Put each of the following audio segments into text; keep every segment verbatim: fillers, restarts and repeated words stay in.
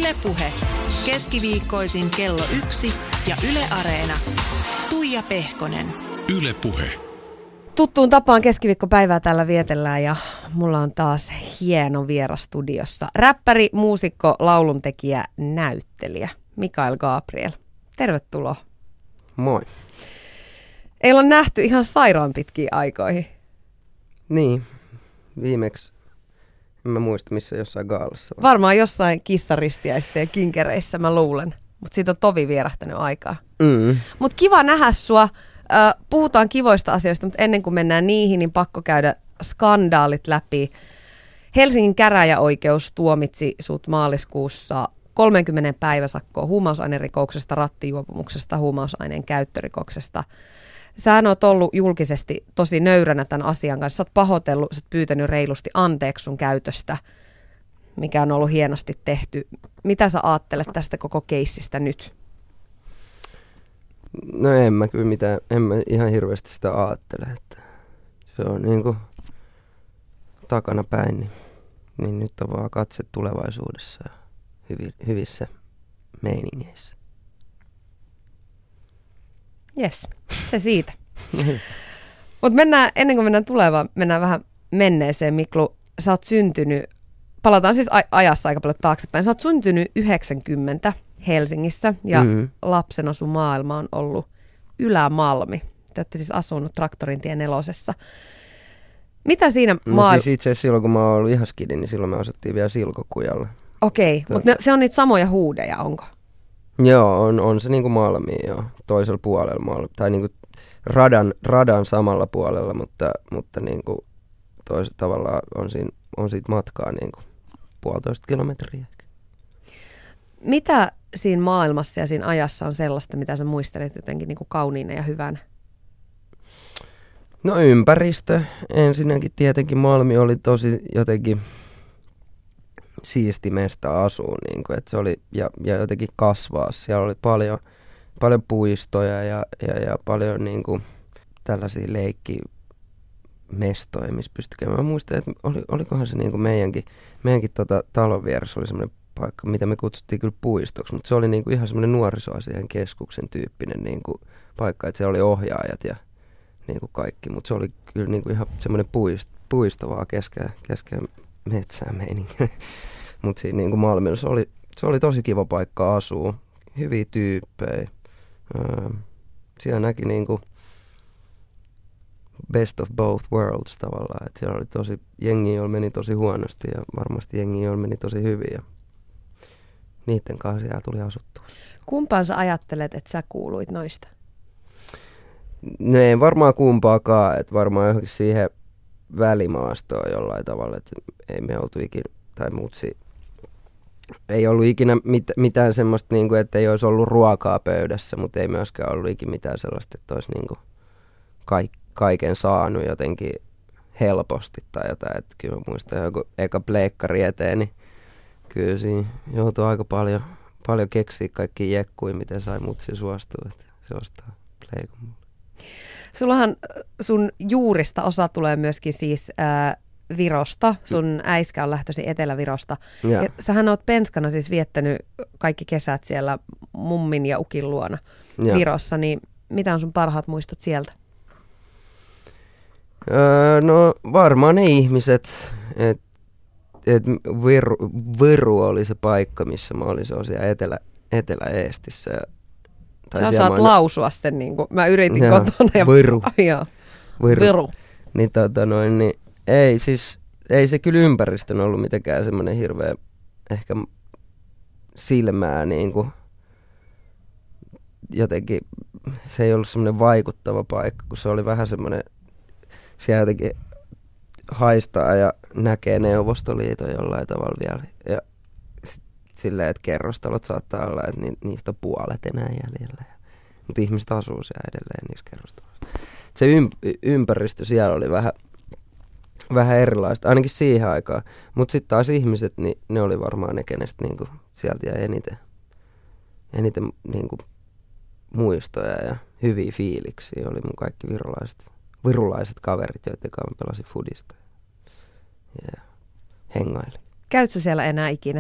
Yle Puhe. Keskiviikkoisin kello yksi ja Yle Areena. Tuija Pehkonen. Yle Puhe. Tuttuun tapaan keskiviikkopäivää täällä vietellään ja mulla on taas hieno vieras studiossa. Räppäri, muusikko, lauluntekijä, näyttelijä Mikael Gabriel. Tervetuloa. Moi. Ei ole nähty ihan sairaan pitkiin aikoihin. Niin, viimeksi en mä muista missä jossain gaalassa. Vai? Varmaan jossain kissaristiäisissä ja kinkereissä mä luulen, mutta siitä on tovi vierähtänyt aikaa. Mm. Mutta kiva nähdä sua. Puhutaan kivoista asioista, mutta ennen kuin mennään niihin, niin pakko käydä skandaalit läpi. Helsingin käräjäoikeus tuomitsi sut maaliskuussa kolmekymmentä päiväsakkoa huumausainerikoksesta, rattijuopumuksesta, huumausaineen käyttörikoksesta. Sähän oot ollut julkisesti tosi nöyränä tämän asian kanssa. Sä oot pahoitellut, sä oot pyytänyt reilusti anteeksi sun käytöstä, mikä on ollut hienosti tehty. Mitä sä aattelet tästä koko keissistä nyt? No en mä kyllä mitään, en mä ihan hirveästi sitä aattele, että se on niinku takana päin, niin, niin nyt on vaan katse tulevaisuudessa ja hyvi, hyvissä meiningeissä. Jes, se siitä. Mutta mennään, ennen kuin mennään tulevaan, mennään vähän menneeseen. Miklu, sä oot syntynyt, palataan siis aj- ajassa aika paljon taaksepäin. Sä oot syntynyt yhdeksänkymmentä Helsingissä ja mm-hmm. lapsena sun maailma on ollut Ylämalmi. Te olette siis asunut Traktorintie nelosessa. Mitä siinä No maailmassa? siis itse asiassa silloin kun mä oon ollut ihan skidi, niin silloin me asuttiin vielä Silkokujalle. Okei, okay, mutta se on niitä samoja huudeja, onko? Joo, on, on se niinku Malmi jo toisella puolella Malmi, tai niinku radan, radan samalla puolella, mutta, mutta niinku toisella tavalla on, siinä, on siitä matkaa niinku puolitoista kilometriä. Mitä siinä maailmassa ja siinä ajassa on sellaista, mitä sä muistelet jotenkin niinku kauniina ja hyvänä? No ympäristö. Ensinnäkin tietenkin Malmi oli tosi jotenkin siisti mesta asua, niin kuin, että se oli, ja, ja jotenkin kasvaa. Siellä oli paljon, paljon puistoja ja, ja, ja paljon niin kuin, tällaisia leikkimestoja, missä pystyi käymään. Mä muistan, että oli, olikohan se niin kuin meidänkin, meidänkin tota, talon vieressä oli semmoinen paikka, mitä me kutsuttiin kyllä puistoksi, mutta se oli niin kuin ihan semmoinen nuorisoasian keskuksen tyyppinen niin kuin paikka, että se oli ohjaajat ja niin kuin kaikki, mutta se oli kyllä niin kuin ihan semmoinen puisto, puisto vaan keskellä, keskellä metsää meininkiä. Mutta siinä niin kuin Malmilla se oli, se oli tosi kiva paikka asua, hyviä tyyppejä. Öö, siellä näki niin kuin best of both worlds tavallaan. Et siellä oli tosi, jengi, joilla meni tosi huonosti ja varmasti jengi, joilla meni tosi hyvin. Ja niiden kanssa siellä tuli asuttua. Kumpaan sä ajattelet, että sä kuuluit noista? No ei varmaan kumpaakaan, että varmaan johonkin siihen välimaastoon jollain tavalla, että ei me oltu ikinä, tai mutsi, ei ollut ikinä mit, mitään semmoista, niin kuin, että ei olisi ollut ruokaa pöydässä, mutta ei myöskään ollut ikinä mitään sellaista, että olisi niin kuin kaik, kaiken saanut jotenkin helposti tai jotain, että kyllä mä muistan joku eka pleikkari eteen, niin kyllä siinä joutui aika paljon, paljon keksiä kaikki jekkuja, miten sai mutsi suostua, että se ostaa pleikon mulle. Sullahan sun juurista osa tulee myöskin siis ää, Virosta. Sun äiskä on lähtöisin Etelä-Virosta. Ja. Ja sähän oot penskana siis viettänyt kaikki kesät siellä mummin ja ukin luona ja. Virossa. Niin mitä on sun parhaat muistot sieltä? Öö, no varmaan ne ihmiset. Et, et Viru, Viru oli se paikka, missä mä olin. Se on siellä Etelä, Etelä-Eestissä. Tai sä osaat mä... lausua sen, niin kuin mä yritin Joo, kotona. Ja... Viru. Joo. Viru. Viru. Niin, tota noin, niin ei siis, ei se kyllä ympäristön ollut mitenkään semmoinen hirveä ehkä silmää niin kuin jotenkin, se ei ollut semmoinen vaikuttava paikka, kun se oli vähän semmoinen, siellä jotenkin haistaa ja näkee Neuvostoliiton jollain tavalla vielä. Ja silleen, että kerrostalot saattaa olla, että ni, niistä on puolet enää jäljellä. Mutta ihmiset asuu siellä edelleen niissä kerrostaloissa. Se ymp- ympäristö siellä oli vähän, vähän erilaista, ainakin siihen aikaan. Mutta sitten taas ihmiset, niin ne oli varmaan ne, kenestä niinku sieltä jäi eniten, eniten niinku muistoja ja hyviä fiiliksiä. Oli mun kaikki virolaiset, virulaiset kaverit, joiden kanssa pelasin fudista ja hengailin. Käytkö siellä enää ikinä?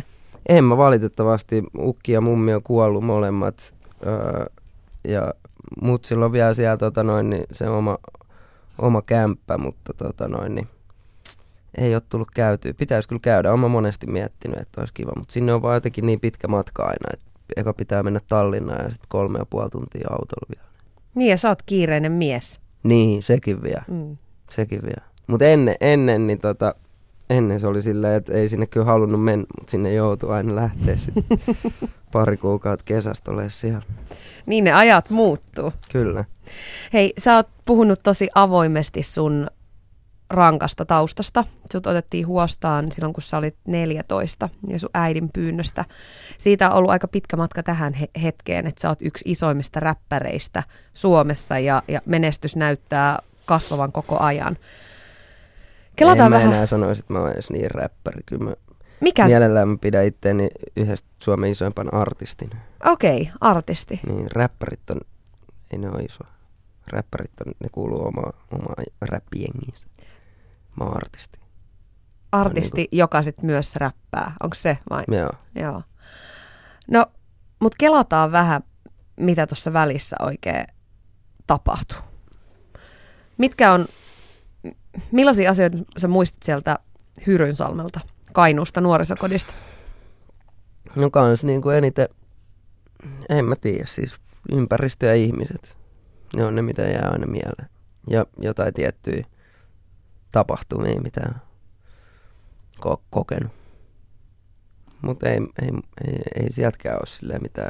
En mä valitettavasti. Ukki ja mummi on kuollut molemmat. Öö, ja mutsilla on vielä siellä tota noin, niin se oma, oma kämppä, mutta tota noin, niin ei ole tullut käytyä. Pitäisi kyllä käydä. Olen mä monesti miettinyt, että olisi kiva, mutta sinne on vaan jotenkin niin pitkä matka aina, että eka pitää mennä Tallinnaan ja sitten kolme ja puoli tuntia autolla vielä. Niin ja sä oot kiireinen mies. Niin, sekin vielä. Mm. Sekin vielä. Mutta ennen, ennen, niin tota, ennen se oli silleen, että ei sinne kyllä halunnut mennä, mutta sinne joutui aina lähteä sitten pari kuukautta kesästä olemaan siellä. Niin ne ajat muuttuu. Kyllä. Hei, sä oot puhunut tosi avoimesti sun rankasta taustasta. Sut otettiin huostaan silloin, kun sä olit neljätoista ja sun äidin pyynnöstä. Siitä on ollut aika pitkä matka tähän he- hetkeen, että sä oot yksi isoimmista räppäreistä Suomessa ja, ja menestys näyttää kasvavan koko ajan. Kelataan en mä vähän. enää sanoisi, että mä oon edes niin räppäri. Kyllä mä Mikä? mielellään mä pidän itteeni yhdestä Suomen isoimpan artistin. Okei, okay, artisti. Niin, räppärit on, ei ne ole isoa. Räppärit on, ne kuuluu omaan oma räppijengiinsä. Mä oon artisti. Artisti, niin kuin, joka sit myös räppää. Onko se vai? Joo. Joo. No, mut kelataan vähän, mitä tuossa välissä oikein tapahtuu. Mitkä on, millaisia asioita sä muistit sieltä Hyrynsalmelta, Kainuusta, nuorisokodista? No kans niin kuin eniten, en mä tiedä, siis ympäristö ja ihmiset. Ne on ne, mitä jää aina mieleen. Ja jotain tiettyjä tapahtumia, mitä on ko- kokenut. Mutta ei, ei, ei, ei sieltäkään ole silleen mitään.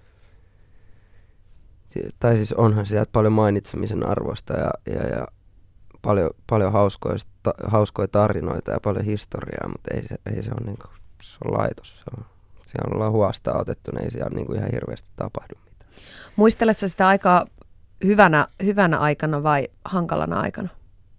Si- tai siis onhan sieltä paljon mainitsemisen arvosta ja, ja, ja paljon, paljon hauskoja, ta- hauskoja tarinoita ja paljon historiaa, mutta ei se, ei se ole niinku, se on laitos. Se on, siellä ollaan huostaa otettu, niin ei siellä niinku ihan hirveästi tapahdu mitään. Muisteletko sitä aikaa hyvänä, hyvänä aikana vai hankalana aikana?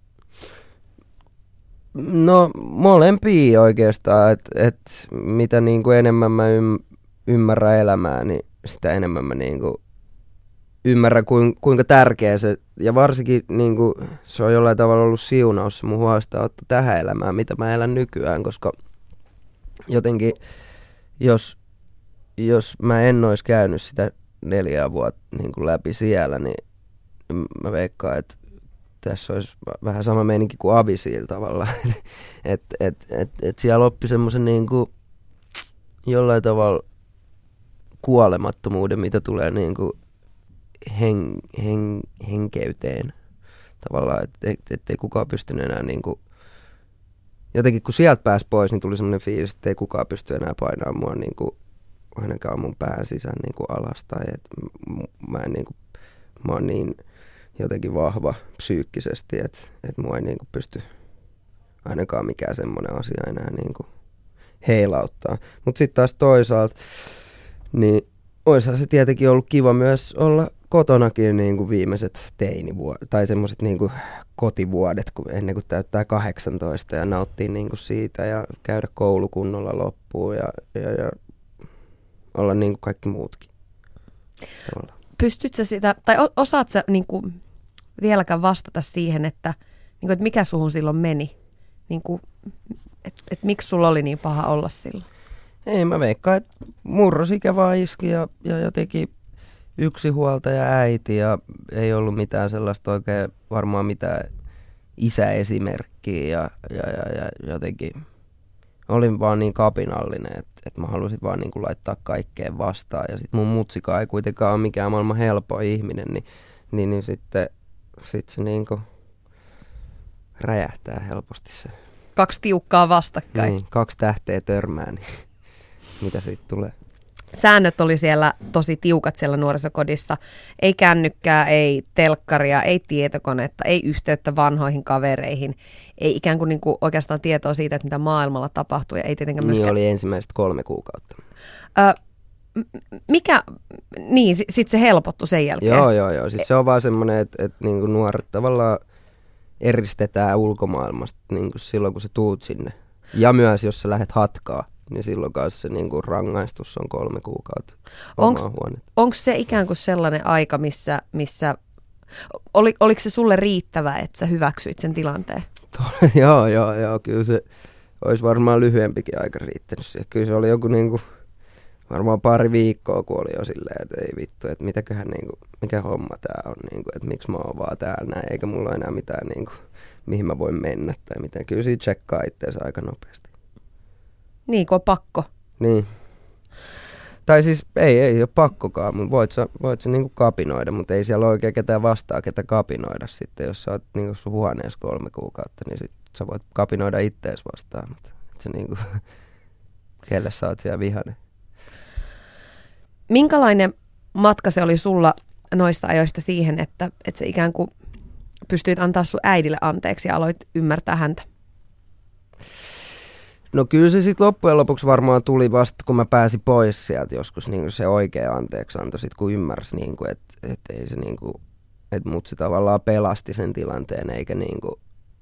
No molempia oikeastaan, että et, mitä niinku enemmän mä ym, ymmärrän elämää, niin sitä enemmän mä niinku ymmärrän kuin, kuinka tärkeä se, ja varsinkin niinku, se on jollain tavalla ollut siunaus se mun huostaanotto tähän elämään, mitä mä elän nykyään, koska jotenkin jos, jos mä en olisi käynyt sitä neljää vuotta niinku läpi siellä, niin mä veikkaan, että tässä olisi vähän sama meininki kuin Avisiilla tavallaan, että et, et, et siellä oppi semmoisen niinku jollain tavalla kuolemattomuuden, mitä tulee niinku hen, hen, henkeyteen tavallaan, että et, et ei kukaan pystynyt enää niinku, jotenkin kun sieltä pääsi pois, niin tuli semmoinen fiilis, että ei kukaan pysty enää painamaan mua niinku, ainakaan mun pään sisään niinku alas, tai että mä en niinku, mä oon niin jotenkin vahva psyykkisesti, että et mua ei niinku pysty ainakaan mikään semmoinen asia enää niinku heilauttaa. Mutta sitten taas toisaalta, niin oishan se tietenkin ollut kiva myös olla kotonakin niinku viimeiset teinivuodet, tai semmoiset niinku kotivuodet, kun ennen kuin täyttää kahdeksantoista ja nauttii niinku siitä ja käydä koulukunnolla loppuun ja, ja, ja olla niinku kaikki muutkin. Tavallaan. Pystytkö sä sitä, tai osaat sä niinku vieläkään vastata siihen, että, niinku, että mikä suhun silloin meni? Niinku, että et miksi sulla oli niin paha olla silloin? Ei, mä veikkaan, että murrosikä vaan iski ja, ja jotenkin yksi huoltaja äiti ja ei ollut mitään sellaista oikein varmaan mitään isäesimerkkiä ja, ja, ja, ja jotenkin olin vaan niin kapinallinen, että, että mä halusin vaan niin kuin laittaa kaikkeen vastaan ja sit mun mutsika ei kuitenkaan ole mikään maailman helpoin ihminen, niin, niin, niin sitten sit se niin kuin räjähtää helposti se. Kaksi tiukkaa vastakkain. Niin, kaksi tähteä törmää, niin mitä siitä tulee? Säännöt oli siellä tosi tiukat siellä nuorisokodissa. Ei kännykkää, ei telkkaria, ei tietokonetta, ei yhteyttä vanhoihin kavereihin. Ei ikään kuin, niin kuin oikeastaan tietoa siitä, että mitä maailmalla tapahtuu. Ja ei tietenkään myöskään... Niin oli ensimmäiset kolme kuukautta. Ö, mikä... Niin, sitten se helpottui sen jälkeen. Joo, joo, joo. Siis se on vaan semmoinen, että, että niin kuin nuoret tavallaan eristetään ulkomaailmasta niin kuin silloin, kun sä tuut sinne. Ja myös, jos sä lähdet hatkaa. Niin silloin kanssa se niin kuin rangaistus on kolme kuukautta omaa huonetta. Onko se ikään kuin sellainen aika, missä, missä oli, oliko se sulle riittävä, että sä hyväksyit sen tilanteen? joo, joo, joo, kyllä se olisi varmaan lyhyempikin aika riittänyt siihen. Kyllä se oli joku niin kuin varmaan pari viikkoa, kun oli jo silleen, että ei vittu, että mitäköhän, niin kuin, mikä homma tää on, niin kuin, että miksi mä oon vaan täällä näin, eikä mulla ole enää mitään, niin kuin, mihin mä voin mennä tai mitään. Kyllä siinä tsekkaa itseänsä aika nopeasti. Niin, kun on pakko. Niin. Tai siis ei, ei ole pakkokaan, mutta voit sä, voit sä niinku kapinoida, mutta ei siellä oikein ketään vastaa, ketä kapinoida sitten. Jos sä oot niinku sun huoneessa kolme kuukautta, niin sit sä voit kapinoida ittees vastaan, mutta et sä niinku, kelle sä oot siellä vihainen. Minkälainen matka se oli sulla noista ajoista siihen, että, että sä ikään kuin pystyit antaa sun äidille anteeksi ja aloit ymmärtää häntä? No kyllä se sitten loppujen lopuksi varmaan tuli vasta, kun mä pääsin pois sieltä joskus niin se oikea anteeksianto, sit kun ymmärsi, niin että et ei se niin kuin, että mut se tavallaan pelasti sen tilanteen, eikä niin kuin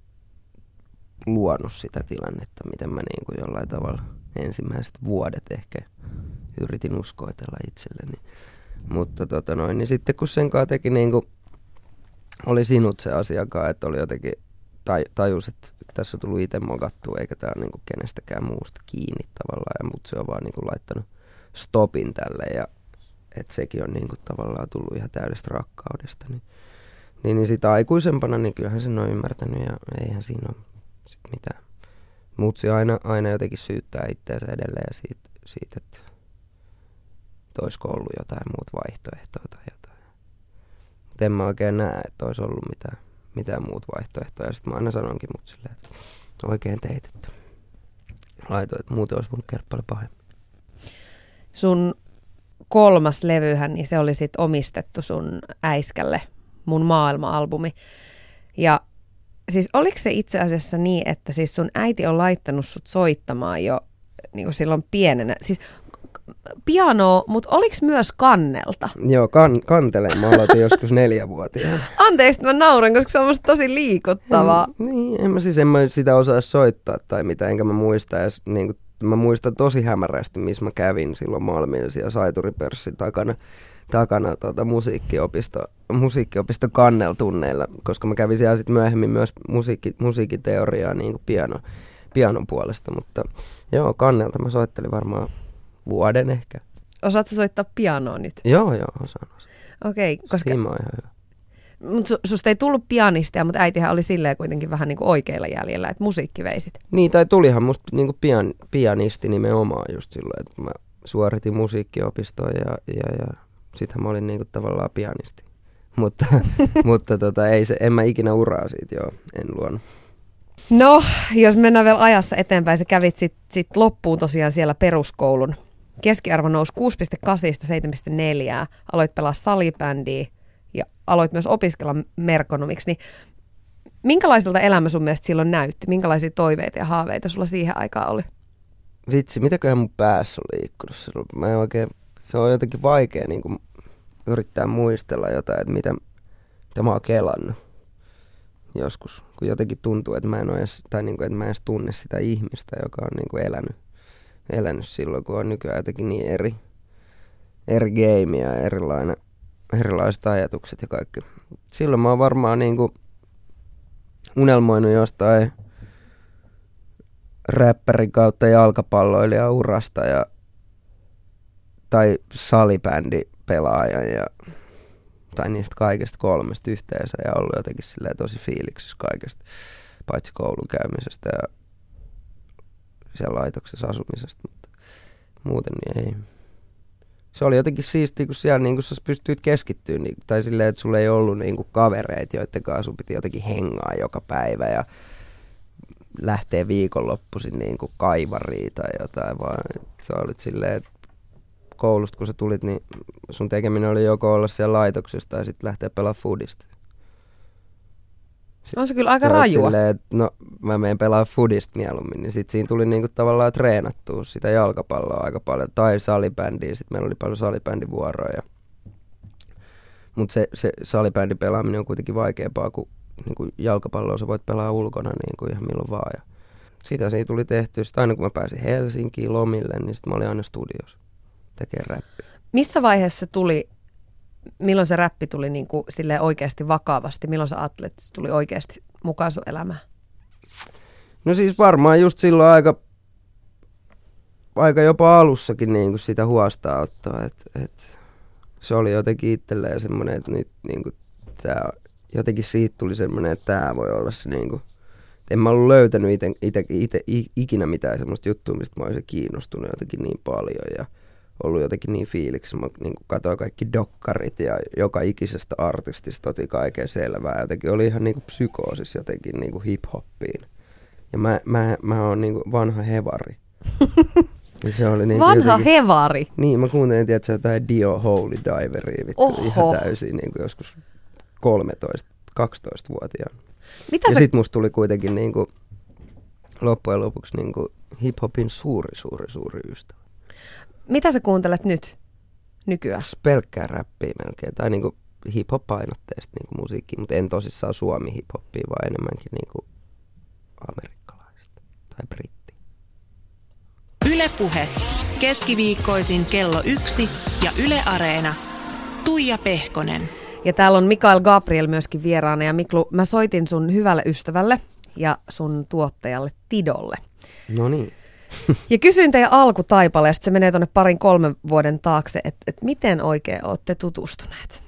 luonut sitä tilannetta, miten mä niin kuin jollain tavalla ensimmäiset vuodet ehkä yritin uskoitella itselleni. Mutta tota noin, niin sitten kun sen kanssa teki niin kuin, oli sinut se asiakaan, että oli jotenkin taj, tajus, että tässä on tullut itse mokattua, eikä tämä ole niinku kenestäkään muusta kiinni tavallaan, ja mut se on vaan niinku laittanut stopin tälle, ja että sekin on niinku tavallaan tullut ihan täydestä rakkaudesta. Niin, niin, niin sitä aikuisempana, niin kyllähän sen on ymmärtänyt, ja eihän siinä ole sit mitään. Mutsi aina, aina jotenkin syyttää itseänsä edelleen siitä, siitä, että olisiko ollut jotain muuta vaihtoehtoa tai jotain. Mutta en mä oikein näe, että olisi ollut mitään. mitään muut vaihtoehtoja. Sitten mä aina sanonkin mut silleen, että oikein teit, että laitoin, että muuten olisi voinut käydä paljon pahemmin. Sun kolmas levyhän, niin se oli sit omistettu sun äiskälle, Mun maailma-albumi. Ja siis oliko se itse asiassa niin, että siis sun äiti on laittanut sut soittamaan jo niin kuin silloin pienenä? Siis pianoa, mutta oliko myös kannelta? Joo, kan, kanteleen. Mä aloitin joskus neljävuotiaana. Anteeksi, mä nauran, koska se on musta tosi liikuttavaa. En, niin, en mä siis en mä sitä osaa soittaa tai mitä, enkä mä muista edes, niin kuin, mä muistan tosi hämärästi, missä mä kävin silloin Malmilla ja Saituripörssin takana, takana tuota, musiikkiopisto, musiikkiopisto kanneltunneilla, koska mä kävin siellä sitten myöhemmin myös musiikki, musiikkiteoriaa niin kuin piano, pianon puolesta, mutta joo, kannelta mä soittelin varmaan vuoden ehkä. Osaatko soittaa pianoa nyt? Joo, joo, osaan. osaan. Okei, okay, koska... Siinä on ihan hyvä. Mutta su, susta ei tullut pianistia, mutta äitihän oli silleen kuitenkin vähän niin kuin oikeilla jäljellä, että musiikki veisit. Niin, tai tulihan musta niin kuin pian, pianisti nimenomaan just silloin, että mä suoritin musiikkiopistoa ja, ja, ja sittenhän mä olin niin kuin tavallaan pianisti. Mutta, mutta tota, ei se, en mä ikinä uraa siitä, joo, en luonut. No, jos mennään vielä ajassa eteenpäin, sä kävit sitten sit loppuun tosiaan siellä peruskoulun. Keskiarvo nousi kuusi pilkku kahdeksan seitsemän pilkku neljä, aloit pelaa salibändiä ja aloit myös opiskella merkonomiksi. Niin minkälaiselta elämä sun mielestä silloin näytti? Minkälaisia toiveita ja haaveita sulla siihen aikaan oli? Vitsi, mitäköhän mun päässä on liikkunut? Mä en oikein, se on jotenkin vaikea niin kuin yrittää muistella jotain, että mitä, mitä mä oon kelannut joskus. Kun jotenkin tuntuu, että mä en, ole edes, tai niin kuin, että mä en edes tunne sitä ihmistä, joka on niin kuin elänyt. elänyt silloin, kun on nykyään jotenkin niin eri, eri game ja erilainen, erilaiset ajatukset ja kaikki. Silloin mä oon varmaan niinku unelmoinut jostain räppärin kautta jalkapalloilijan urasta ja, tai salibändipelaajan ja, tai niistä kaikesta kolmesta yhteensä ja ollut jotenkin silleen tosi fiiliksissä kaikesta, paitsi koulun käymisestä ja siellä laitoksessa asumisesta, mutta muuten niin ei. Se oli jotenkin siistiä, kun siellä niin kun sä pystyit keskittymään, niin, tai silleen, että sulla ei ollut niin kuin kavereita, joiden kanssa sun piti jotenkin hengaa joka päivä ja lähtee viikonloppuisin niin kuin kaivariin tai jotain, vaan sä olit silleen, että koulusta kun sä tulit, niin sun tekeminen oli joko olla siellä laitoksessa tai sitten lähteä pelaamaan foodista. On se kyllä aika rajua. Silleen, että no mä menen pelaa foodista mieluummin, niin sit siinä tuli niinku tavallaan treenattua sitä jalkapalloa aika paljon, tai salibändiä, sit meillä oli paljon salibändivuoroja. Mutta se, se salibändin pelaaminen on kuitenkin vaikeampaa, kuin niinku jalkapalloa sä voit pelaa ulkona niinku ihan milloin vaan. Ja sitä siinä tuli tehtyä. Sitten aina kun mä pääsin Helsinkiin lomille, niin sit mä olin aina studios tekemään räppiä. Missä vaiheessa se tuli, milloin se räppi tuli niin kuin silleen oikeasti vakavasti? Milloin sä ajattelet, että se tuli oikeasti mukaan sun elämään? No siis varmaan just silloin aika aika jopa alussakin niinku sitä huostaanottoa, että et se oli jotenkin itselleen semmoinen, että nyt niinku tää, jotenkin siitä tuli semmoinen, että tää voi olla se niinku, en mä ollut löytänyt ite, ite, ite, ikinä mitään semmoista juttua, mistä mä olisin kiinnostunut jotenkin niin paljon ja ollut jotenkin niin fiiliksi. Mä niin katsoin kaikki dokkarit ja joka ikisestä artistista otin kaiken selvää. Jotenkin oli ihan niin kuin psykoosis jotenkin niin kuin hip-hoppiin. Ja mä, mä, mä oon niin kuin vanha hevari. Ja se oli niin vanha jotenkin, hevari? Niin, mä kuuntelin, että se jotain Dio Holy Diveria vittu, ihan täysin niin kuin joskus kolmetoista kaksitoista-vuotiaana. Mitä ja se... sit musta tuli kuitenkin niin kuin, loppujen lopuksi niin kuin hip-hopin suuri, suuri, suuri ystävä. Mitä sä kuuntelet nyt, nykyään? Pelkkää räppiä melkein, tai niin kuin hip-hop-painotteista niin kuin musiikkia, mutta en tosissaan suomi hip-hoppia, vaan enemmänkin niin kuin amerikkalaista tai britti. Yle Puhe. Keskiviikkoisin kello yksi ja Yle Areena. Tuija Pehkonen. Ja täällä on Mikael Gabriel myöskin vieraana. Ja Miklu, mä soitin sun hyvälle ystävälle ja sun tuottajalle Tidolle. No niin. Ja kysyin teidän alkutaipaleesta, se menee tuonne parin kolmen vuoden taakse, että et miten oikein olette tutustuneet?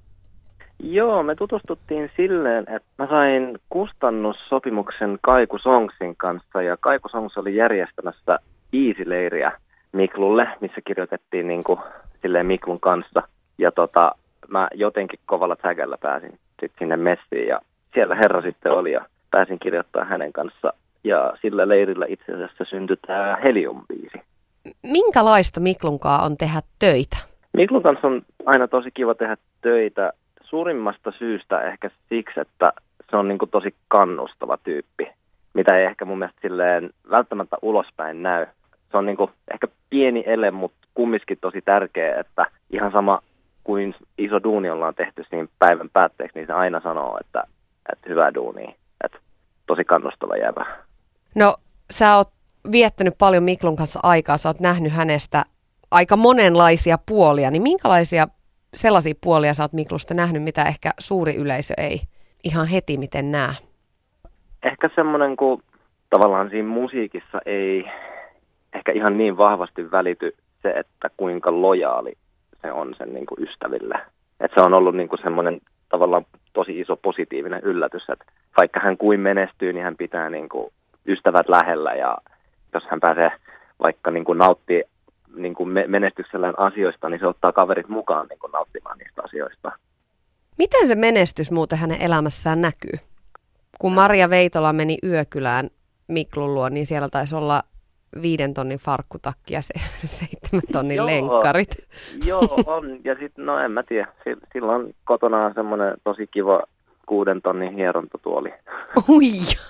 Joo, me tutustuttiin silleen, että mä sain kustannussopimuksen Kaiku Songsin kanssa, ja Kaiku Songs oli järjestämässä biisileiriä Miklulle, missä kirjoitettiin niin kuin silleen Miklun kanssa. Ja tota, mä jotenkin kovalla tägällä pääsin sitten sinne messiin, ja siellä herra sitten oli, ja pääsin kirjoittamaan hänen kanssa. Ja sillä leirillä itse asiassa syntyi tämä Helium-biisi. Minkälaista Miklunkaan on tehdä töitä? Miklun kanssa on aina tosi kiva tehdä töitä. Suurimmasta syystä ehkä siksi, että se on niin kuin tosi kannustava tyyppi, mitä ei ehkä mun mielestä silleen välttämättä ulospäin näy. Se on niin kuin ehkä pieni ele, mutta kumminkin tosi tärkeä, että ihan sama kuin iso duuni ollaan tehty siinä päivän päätteeksi, niin se aina sanoo, että, että hyvää duunia, että tosi kannustava jäävä. No, sä oot viettänyt paljon Miklun kanssa aikaa, sä oot nähnyt hänestä aika monenlaisia puolia, niin minkälaisia sellaisia puolia sä oot Miklusta nähnyt, mitä ehkä suuri yleisö ei ihan heti miten näe? Ehkä semmoinen, kun tavallaan siinä musiikissa ei ehkä ihan niin vahvasti välity se, että kuinka lojaali se on sen niin kuin ystäville. Että se on ollut niin kuin semmoinen tavallaan tosi iso positiivinen yllätys, että vaikka hän kuin menestyy, niin hän pitää niin kuin ystävät lähellä, ja jos hän pääsee vaikka niin kuin nauttii niin kuin menestyksellään asioista, niin se ottaa kaverit mukaan niin kuin nauttimaan niistä asioista. Miten se menestys muuten hänen elämässään näkyy? Kun Maria Veitola meni Yökylään Miklun luo, niin siellä taisi olla viiden tonnin farkkutakki ja se, seitsemän tonnin joo, lenkkarit. Joo, on. Ja sitten, no en mä tiedä, silloin kotona on semmoinen tosi kiva kuuden tonnin hierontatuoli. Ui!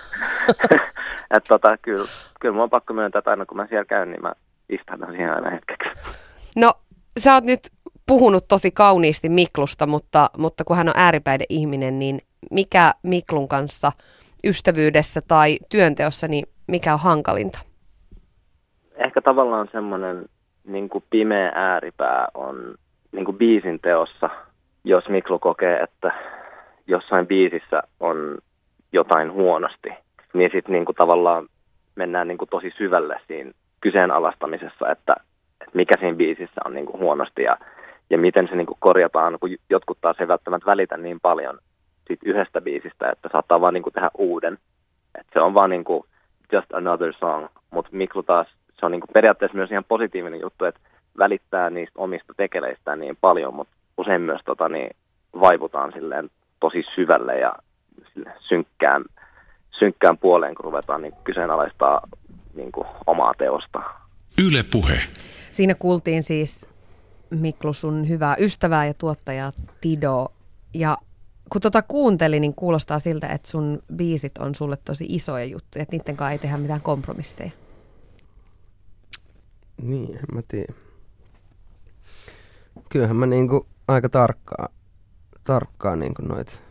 Että tota, kyllä, kyllä mun on pakko myöntää, että aina kun mä siellä käyn, niin mä istahdan siihen aina hetkeksi. No, sä oot nyt puhunut tosi kauniisti Miklusta, mutta, mutta kun hän on ääripäiden ihminen, niin mikä Miklun kanssa ystävyydessä tai työnteossa, niin mikä on hankalinta? Ehkä tavallaan semmoinen niin kuin pimeä ääripää on niin kuin biisin teossa, jos Miklu kokee, että jossain biisissä on jotain huonosti, niin sitten niin kuin tavallaan mennään niin kuin tosi syvälle siinä kyseenalaistamisessa, että, että mikä siinä biisissä on niin kuin huonosti ja, ja miten se niin kuin korjataan, kun jotkut taas ei välttämättä välitä niin paljon siitä yhdestä biisistä, että saattaa vaan niin kuin tehdä uuden. Että se on vaan niin kuin just another song, mutta Miklu taas, se on niin kuin periaatteessa myös ihan positiivinen juttu, että välittää niistä omista tekeleistään niin paljon, mutta usein myös tota, niin, vaivutaan silleen tosi syvälle ja synkkään, synkkään puoleen, kun ruvetaan niin kyseenalaistaa niin kuin omaa teosta. Yle Puhe. Siinä kuultiin siis Miklu sun hyvää ystävää ja tuottajaa Tido. Ja kun tota kuuntelin, niin kuulostaa siltä, että sun biisit on sulle tosi isoja juttuja, että niiden kanssa ei tehdä mitään kompromisseja. Niin, en mä tiedä. Kyllähän mä niinku aika tarkkaan, tarkkaan niinku noit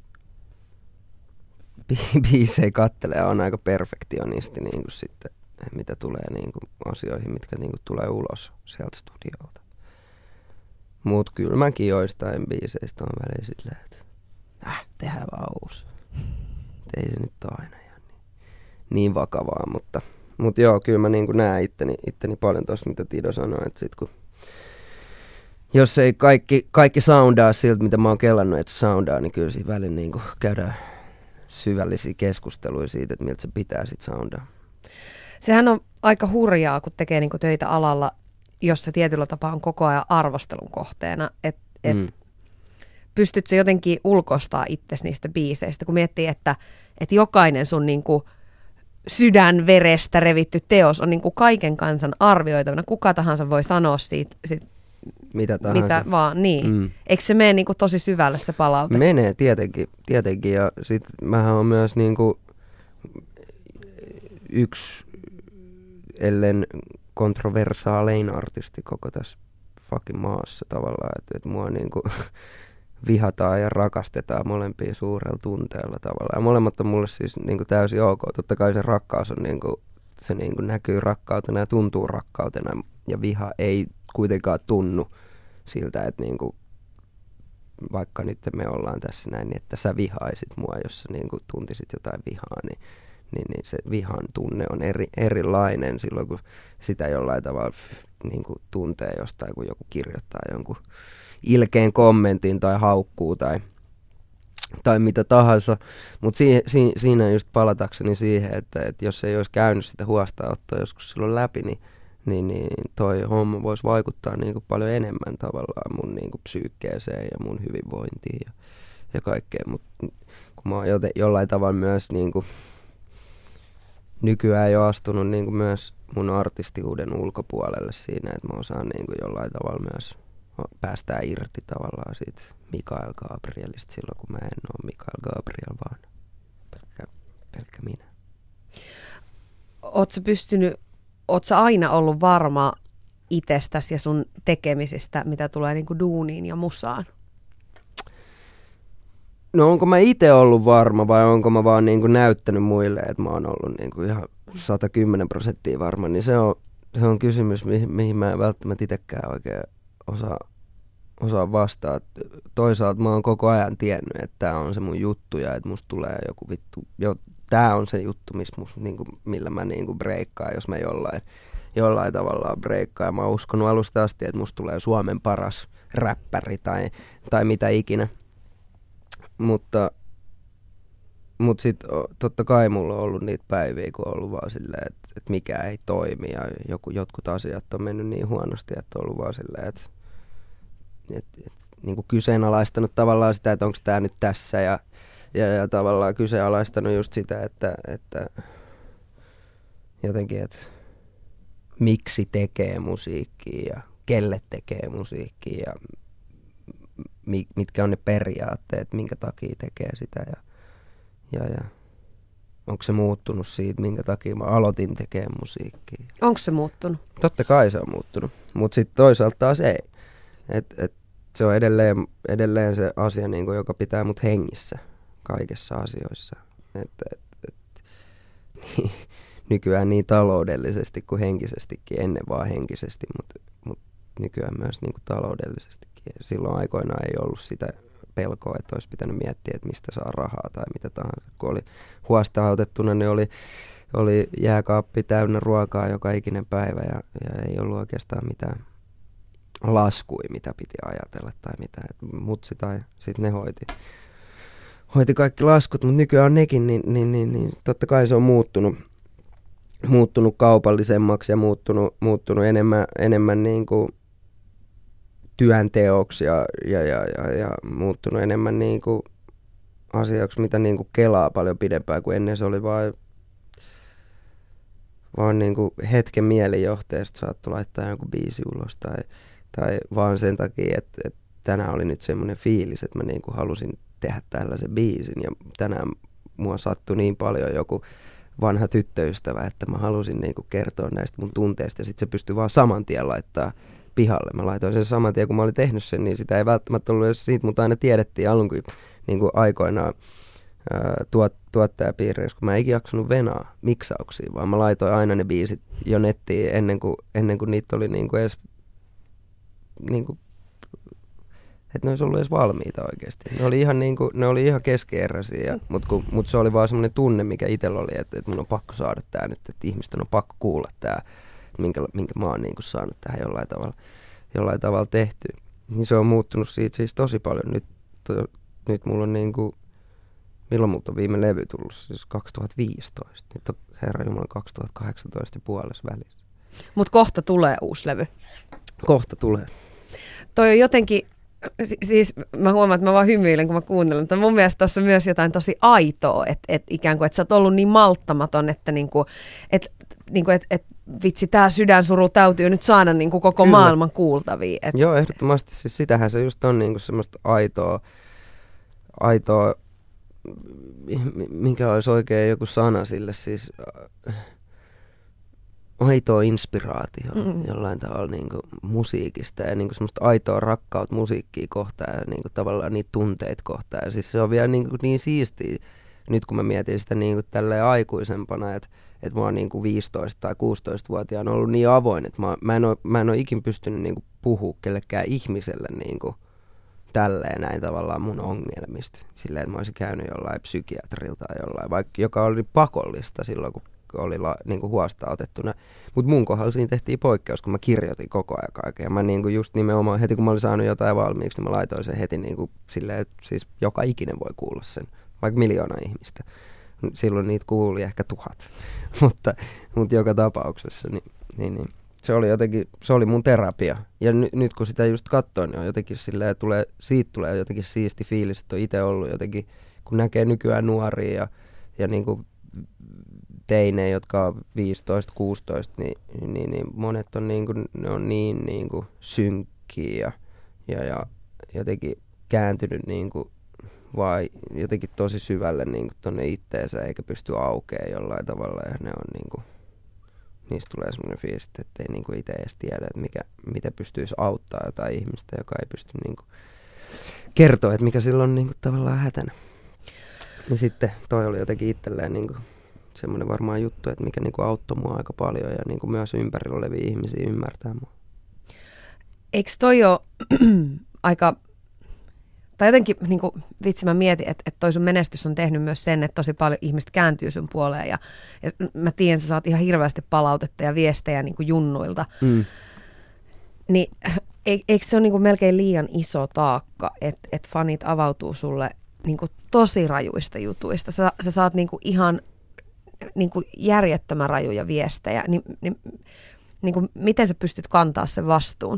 bi- biisejä kattelee ja on aika perfektionisti niinku sitten, mitä tulee niinku asioihin, mitkä niinku tulee ulos sieltä studiolta. Mut kyllä mäkin joistain biiseistä on väliin silleen, että äh, tehdään vaan uusi. Ei se nyt ole aina ihan niin, niin vakavaa, mutta mut joo, kyllä mä niinku näen itteni, itteni paljon tuossa, mitä Tido sanoi, että sit kun jos ei kaikki, kaikki soundaa siltä, mitä mä oon kellannut, että soundaa, niin kyllä siinä välillä niinku käydään syvällisiä keskusteluja siitä, että miltä se pitää sit soundaa. Sehän on aika hurjaa, kun tekee niinku töitä alalla, jossa tietyllä tapaa on koko ajan arvostelun kohteena, että et mm. pystyt sä jotenkin ulkoistaa itsesi niistä biiseistä, kun miettii, että et jokainen sun niinku sydänverestä revitty teos on niinku kaiken kansan arvioitavana. Kuka tahansa voi sanoa siitä, siitä mitä tahansa. Mitä vaan, niin. Mm. Eikö se mene niinku tosi syvälle se palaute? Menee, tietenkin. tietenkin. Ja sit mähän on myös niinku yksi ellen kontroversaalein artisti koko tässä fucking maassa tavallaan, että et mua niinku vihataan ja rakastetaan molempia suurella tunteella tavallaan. Ja molemmat on mulle siis niinku täysin ok. Totta kai se rakkaus on niinku, se niinku näkyy rakkautena ja tuntuu rakkautena, ja viha ei kuitenkaan tunnu siltä, että niinku, vaikka nyt me ollaan tässä näin, niin että sä vihaisit mua, jos sä niinku tuntisit jotain vihaa, niin, niin, niin se vihan tunne on eri, erilainen silloin, kun sitä jollain tavalla niinku tuntee jostain, kun joku kirjoittaa jonkun ilkeän kommentin tai haukkuu tai, tai mitä tahansa. Mutta si, si, siinä just palatakseni siihen, että, että jos ei olisi käynyt sitä huostaanottoa joskus silloin läpi, niin Niin, niin toi homma voisi vaikuttaa niinku paljon enemmän tavallaan mun niinku psyykkeeseen ja mun hyvinvointiin ja, ja kaikkeen. Mutta kun mä oon joten, jollain tavalla myös niinku, nykyään jo astunut niinku myös mun artistiuden ulkopuolelle siinä, että mä osaan niinku jollain tavalla myös päästää irti tavallaan siitä Mikael Gabrielista silloin, kun mä en ole Mikael Gabriel, vaan pelkkä, pelkkä minä. Ootko sä pystynyt Oletko sä aina ollut varma itsestäsi ja sun tekemisistä, mitä tulee niinku duuniin ja musaan? No onko mä itse ollut varma vai onko mä vaan niinku näyttänyt muille, että mä oon ollut niinku ihan sata kymmenen prosenttia varma, niin se on, se on kysymys, mihin, mihin mä en välttämättä itsekään oikein osaa, osaa vastaa. Toisaalta mä oon koko ajan tiennyt, että tää on se mun juttu ja että musta tulee joku vittu... Jo, Tämä on se juttu, miss mus, niinku, millä mä niinku breikkaan, jos mä jollain, jollain tavalla breikkaan. Ja mä oon uskonut alusta asti, että musta tulee Suomen paras räppäri tai, tai mitä ikinä. Mutta, mutta sitten totta kai mulla on ollut niitä päiviä, kun on ollut vaan silleen, että, että mikä ei toimi. Ja joku, jotkut asiat on mennyt niin huonosti, että on ollut vaan silleen, että, että, että niin kuin kyseenalaistanut tavallaan sitä, että onko tämä nyt tässä ja Ja, ja tavallaan kyseenalaistanut just sitä, että, että jotenkin, että miksi tekee musiikkia ja kelle tekee musiikkia ja mi, mitkä on ne periaatteet, minkä takia tekee sitä ja, ja, ja onko se muuttunut siitä, minkä takia mä aloitin tekemään musiikkia. Onko se muuttunut? Totta kai se on muuttunut, mutta sitten toisaalta taas ei. Et, et se on edelleen, edelleen se asia, niin kuin, joka pitää mut hengissä kaikissa asioissa. Et, et, et, niin, nykyään niin taloudellisesti kuin henkisestikin, ennen vaan henkisesti, mutta mut nykyään myös niin kuin taloudellisestikin. Silloin aikoinaan ei ollut sitä pelkoa, että olisi pitänyt miettiä, että mistä saa rahaa tai mitä tahansa. Kun oli huostaanotettuna, niin oli, oli jääkaappi täynnä ruokaa joka ikinen päivä ja, ja ei ollut oikeastaan mitään laskui, mitä piti ajatella tai mitä. Mutsi tai sitten ne hoiti. hoiti kaikki laskut, mutta nykyään on nekin, niin, niin, niin, niin totta kai se on muuttunut, muuttunut kaupallisemmaksi ja muuttunut, muuttunut enemmän, enemmän niin kuin työnteoksi ja, ja, ja, ja, ja muuttunut enemmän niin kuin asiaksi, mitä niin kuin kelaa paljon pidempään kuin ennen. Se oli vain, vaan niin kuin hetken mielijohteesta saattoi laittaa jonkun biisi ulos tai, tai vaan sen takia, että, että tänään oli nyt semmoinen fiilis, että mä niin kuin halusin tehdä tällaisen biisin ja tänään mua sattui niin paljon joku vanha tyttöystävä, että mä halusin niinku kertoa näistä mun tunteista ja sit se pystyi vaan saman tien laittaa pihalle. Mä laitoin sen saman tien, kun mä olin tehnyt sen, niin sitä ei välttämättä ollut edes siitä, mutta aina tiedettiin alun kuin niinku aikoinaan ää, tuot, tuottajapiireissä, kun mä eikin jaksanut venaa miksauksiin, vaan mä laitoin aina ne biisit jo nettiin ennen kuin, ennen kuin niitä oli niinku edes niinku että ne olisi ollut edes valmiita oikeasti. Ne oli ihan, niin kuin, ne oli ihan keskeeräisiä, mutta mut se oli vaan semmoinen tunne, mikä itsellä oli, että, että mun on pakko saada tämä nyt, että ihmisten on pakko kuulla tämä, minkä, minkä mä oon niin kuin saanut tähän jollain tavalla, jollain tavalla tehtyä. Niin se on muuttunut siitä siis tosi paljon. Nyt, to, nyt mulla on niin kuin, milloin multa on viime levy tullut? Siis kaksituhattaviisitoista. Nyt on herra jumala kaksituhattakahdeksantoista ja puolessa välissä. Mutta kohta tulee uusi levy. Kohta tulee. Toi on jotenkin, siis mä huomaan, että mä vaan hymyilen, kun mä kuuntelen, mutta mun mielestä tuossa on myös jotain tosi aitoa, että et ikään kuin, että sä oot ollut niin malttamaton, että niinku, et, niinku, et, et, vitsi, tää sydänsuru täytyy nyt saada niinku koko Kyllä. maailman kuultaviin. Et. Joo, ehdottomasti. Siis sitähän se just on niinku semmoista aitoa, aitoa, mikä olisi oikein joku sana sille, siis aitoa inspiraatio mm. jollain tavalla niin kuin musiikista ja niin kuin semmoista aitoa rakkautta musiikkia kohtaan ja niin kuin tavallaan niitä tunteita kohtaan. Ja siis se on vielä niin, kuin niin siistiä nyt kun mä mietin sitä niin kuin tälleen aikuisempana, että, että mä oon niin kuin viisitoista- tai kuusitoistavuotiaana ollut niin avoin, että mä, mä en ole, mä en ole ikin pystynyt niin kuin puhua kellekään ihmiselle niin kuin tälleen näin tavallaan mun ongelmista. Silleen, että mä olisin käynyt jollain psykiatrilta tai jollain, vaikka joka oli pakollista silloin, kun oli la, niin kuin huostaan otettuna. Mutta mun kohdalla siinä tehtiin poikkeus, kun mä kirjoitin koko ajan kaiken. Ja mä niin kuin just nimenomaan heti, kun mä olin saanut jotain valmiiksi, niin mä laitoin sen heti niin kuin silleen, että siis joka ikinen voi kuulla sen, vaikka miljoona ihmistä. Silloin niitä kuuli ehkä tuhat, mutta, mutta joka tapauksessa, niin, niin, niin. Se oli jotenkin, se oli mun terapia. Ja ny, nyt kun sitä just katsoin, niin on jotenkin silleen, tulee, siitä tulee jotenkin siisti fiilis, että on itse ollut jotenkin, kun näkee nykyään nuoria ja, ja niin kuin teinejä, jotka on viisitoista kuusitoista, niin, niin, niin monet on niin kuin, ne on niin, niin kuin synkkiä ja, ja, ja jotenkin kääntynyt niin kuin vai jotenkin tosi syvälle niin kuin tonne itteensä eikä pysty aukeamaan jollain tavalla ja ne on niin kuin, niistä tulee semmoinen fiilis, että ei niin kuin itse edes tiedä, että mikä, miten pystyisi auttaa jotain ihmistä, joka ei pysty niin kuin kertoa, että mikä silloin on niin kuin tavallaan hätänä. Niin sitten toi oli jotenkin itselleen niin kuin semmoinen varmaan juttu, että mikä niin kuin auttoi mua aika paljon ja niin kuin myös ympärillä olevia ihmisiä ymmärtää mua. Eikö toi ole aika, tai jotenkin niin kuin, vitsi mä mietin, että, että toi sun menestys on tehnyt myös sen, että tosi paljon ihmistä kääntyy sun puoleen ja, ja mä tiedän, sä saat ihan hirveästi palautetta ja viestejä niin kuin junnuilta. Mm. Niin eikö se ole niin kuin melkein liian iso taakka, että, että fanit avautuu sulle niin kuin tosi rajuista jutuista. Sä, sä saat niin kuin ihan niin kuin järjettömän rajuja viestejä. Ni, ni, niin kuin, miten sä pystyt kantaa sen vastuun?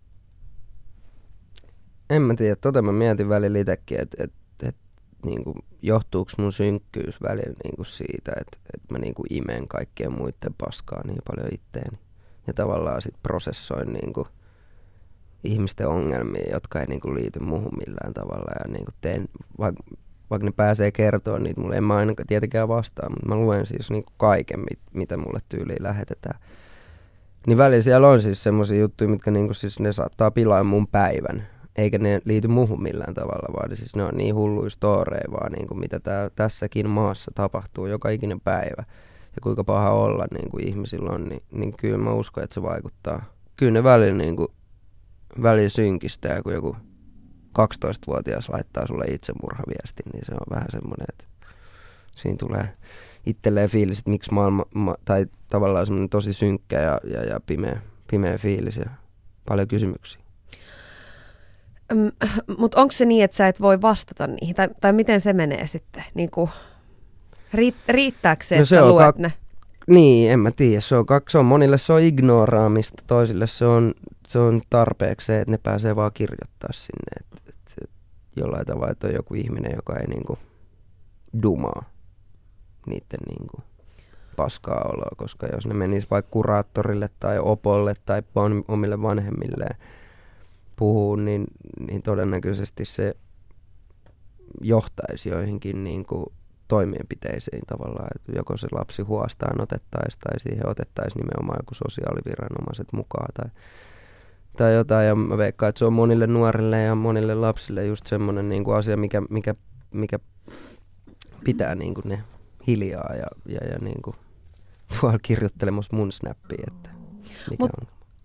En mä tiedä. Tota mä mietin välillä itsekin, että et, et, niin kuin, johtuuko mun synkkyys välillä niin kuin siitä, että et mä niin kuin imeen kaikkien muiden paskaa niin paljon itteeni. Ja tavallaan sit prosessoin niin kuin ihmisten ongelmia, jotka ei niin kuin liity muuhun millään tavalla. Ja niin kuin teen, vaikka, vaikka ne pääsee kertoa niitä, mulle en mä aina tietenkään vastaa, mutta mä luen siis niin kuin kaiken, mit, mitä mulle tyyliin lähetetään. Niin välillä siellä on siis semmoisia juttuja, mitkä niin kuin siis ne saattaa pilaa mun päivän. Eikä ne liity muuhun millään tavalla, vaan siis ne on niin hulluja storeja vaan, niin kuin mitä tää, tässäkin maassa tapahtuu joka ikinen päivä. Ja kuinka paha olla niin kuin ihmisillä on, niin, niin kyllä mä uskon, että se vaikuttaa. Kyllä ne välillä, niin kuin, välillä synkistää, kun joku kaksitoistavuotias laittaa sulle itsemurhaviestin, niin se on vähän semmoinen, että siinä tulee itselleen fiilis, että miksi maailma, ma, tai tavallaan semmoinen tosi synkkä ja, ja, ja pimeä, pimeä fiilis ja paljon kysymyksiä. Mm, mutta onko se niin, että sä et voi vastata niihin? Tai, tai miten se menee sitten? Niin kuin, riitt, riittääkö se, no että se sä luet kak- ne? Niin, en mä tiedä. Se on, kak- se on monille se on ignoraamista, toisille se on, se on tarpeeksi se, että ne pääsee vaan kirjoittaa sinne. Et, et, et, jollain tavalla, että on joku ihminen, joka ei niinku dumaa niiden niinku paskaa oloa. Koska jos ne menis vaikka kuraattorille tai opolle tai omille vanhemmilleen puhuu, niin, niin todennäköisesti se johtaisi joihinkin niin kuin toimenpiteisiin tavallaan, että joko se lapsi huostaan otettaisiin tai siihen otettaisiin nimenomaan joku sosiaaliviranomaiset mukaan tai, tai jotain. Ja mä veikkaan, että se on monille nuorille ja monille lapsille just semmoinen niin kuin asia, mikä, mikä, mikä pitää niin kuin ne hiljaa ja, ja, ja niin kuin tuolla kirjoittelemassa mun snappia, että mikä Mut, on.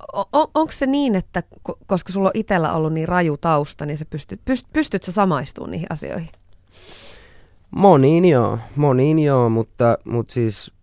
on, onko se niin, että koska sulla on itsellä ollut niin raju tausta, niin sä pystyt, pyst, pystyt sä samaistumaan niihin asioihin? Moniin joo, moniin joo, mutta, mutta siis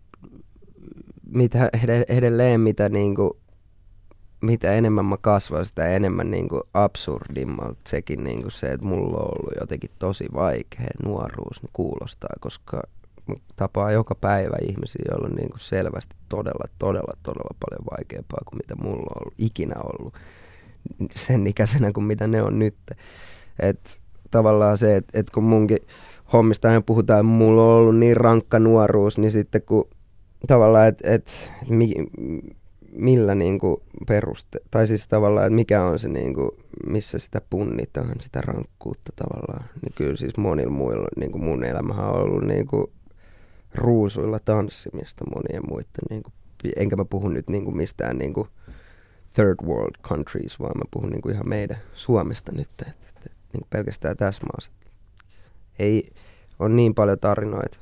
mitä edelleen, mitä, niinku, mitä enemmän mä kasvan, sitä enemmän niinku absurdimmalta sekin niinku se, että mulla on ollut jotenkin tosi vaikea nuoruus niin kuulostaa, koska tapaa joka päivä ihmisiä, joilla on niinku selvästi todella, todella, todella paljon vaikeampaa kuin mitä mulla on ollut, ikinä ollut sen ikäisenä kuin mitä ne on nyt. Et tavallaan se, että et kun munkin hommista aina puhutaan, että mulla on ollut niin rankka nuoruus, niin sitten kun tavallaan, että et, mi, millä niinku peruste, tai siis tavallaan, että mikä on se, niinku, missä sitä punnitaan, sitä rankkuutta tavallaan, niin kyllä siis monilla muilla, niinku mun elämähän on ollut niinku ruusuilla tanssimista monien muiden, niinku, enkä mä puhu nyt niinku mistään niinku third world countries, vaan mä puhun niinku ihan meidän Suomesta nyt, että et, et, niinku pelkästään tässä maassa. Ei ole niin paljon tarinoita,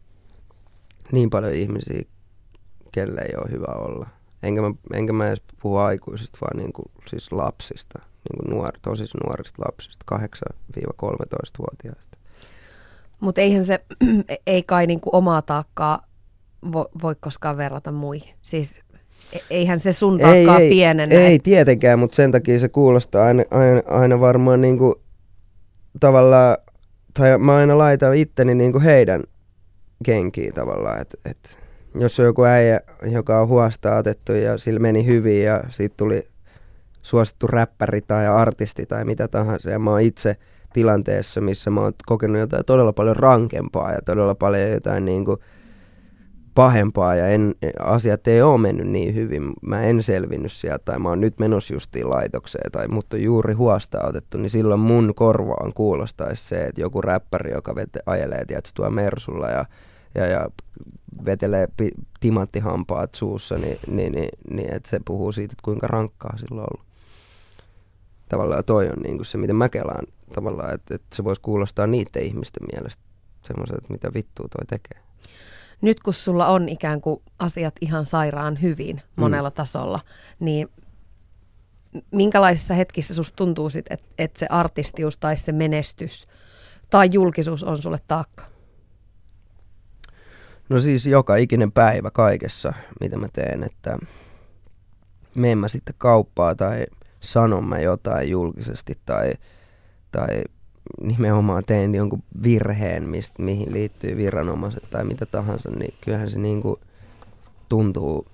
niin paljon ihmisiä, kelle ei ole hyvä olla. Enkä mä, enkä mä edes puhu aikuisista, vaan niinku, siis lapsista, niinku nuor, tosi nuorista lapsista, kahdeksan kolmetoista-vuotiaista. Mutta eihän se, ei kai niinku omaa taakkaa vo, voi koskaan verrata muihin. Siis eihän se sun taakkaa ei, pienennä. Ei, ei tietenkään, mutta sen takia se kuulostaa aina, aina, aina varmaan niinku tavallaan, tai mä aina laitan itteni niinku heidän kenkiin tavallaan, että et, jos on joku äijä, joka on huostaa otettu ja sillä meni hyvin ja siitä tuli suosittu räppäri tai artisti tai mitä tahansa ja mä oon itse tilanteessa, missä mä oon kokenut jotain todella paljon rankempaa ja todella paljon jotain niinku pahempaa ja en, asiat ei ole mennyt niin hyvin. Mä en selvinnyt sieltä tai mä oon nyt menossa justiin laitokseen tai mut on juuri huostaa otettu, niin silloin mun korvaan kuulostaisi se, että joku räppäri, joka vete, ajelee tietysti tuo Mersulla ja, ja, ja vetelee pi, timanttihampaat suussa, niin, niin, niin, niin että se puhuu siitä, että kuinka rankkaa sillä on ollut. Tavallaan toi on niin kuin se, miten mä kelaan tavallaan, että, että se voisi kuulostaa niiden ihmisten mielestä semmoiset, että mitä vittua toi tekee. Nyt kun sulla on ikään kuin asiat ihan sairaan hyvin monella mm. tasolla, niin minkälaisissa hetkissä susta tuntuu sit, että et se artistius tai se menestys tai julkisuus on sulle taakka? No siis joka ikinen päivä kaikessa, mitä mä teen, että menen mä sitten kauppaa tai sanon mä jotain julkisesti tai, tai nimenomaan teen jonkun virheen, mistä, mihin liittyy viranomaiset tai mitä tahansa, niin kyllähän se niinku tuntuu,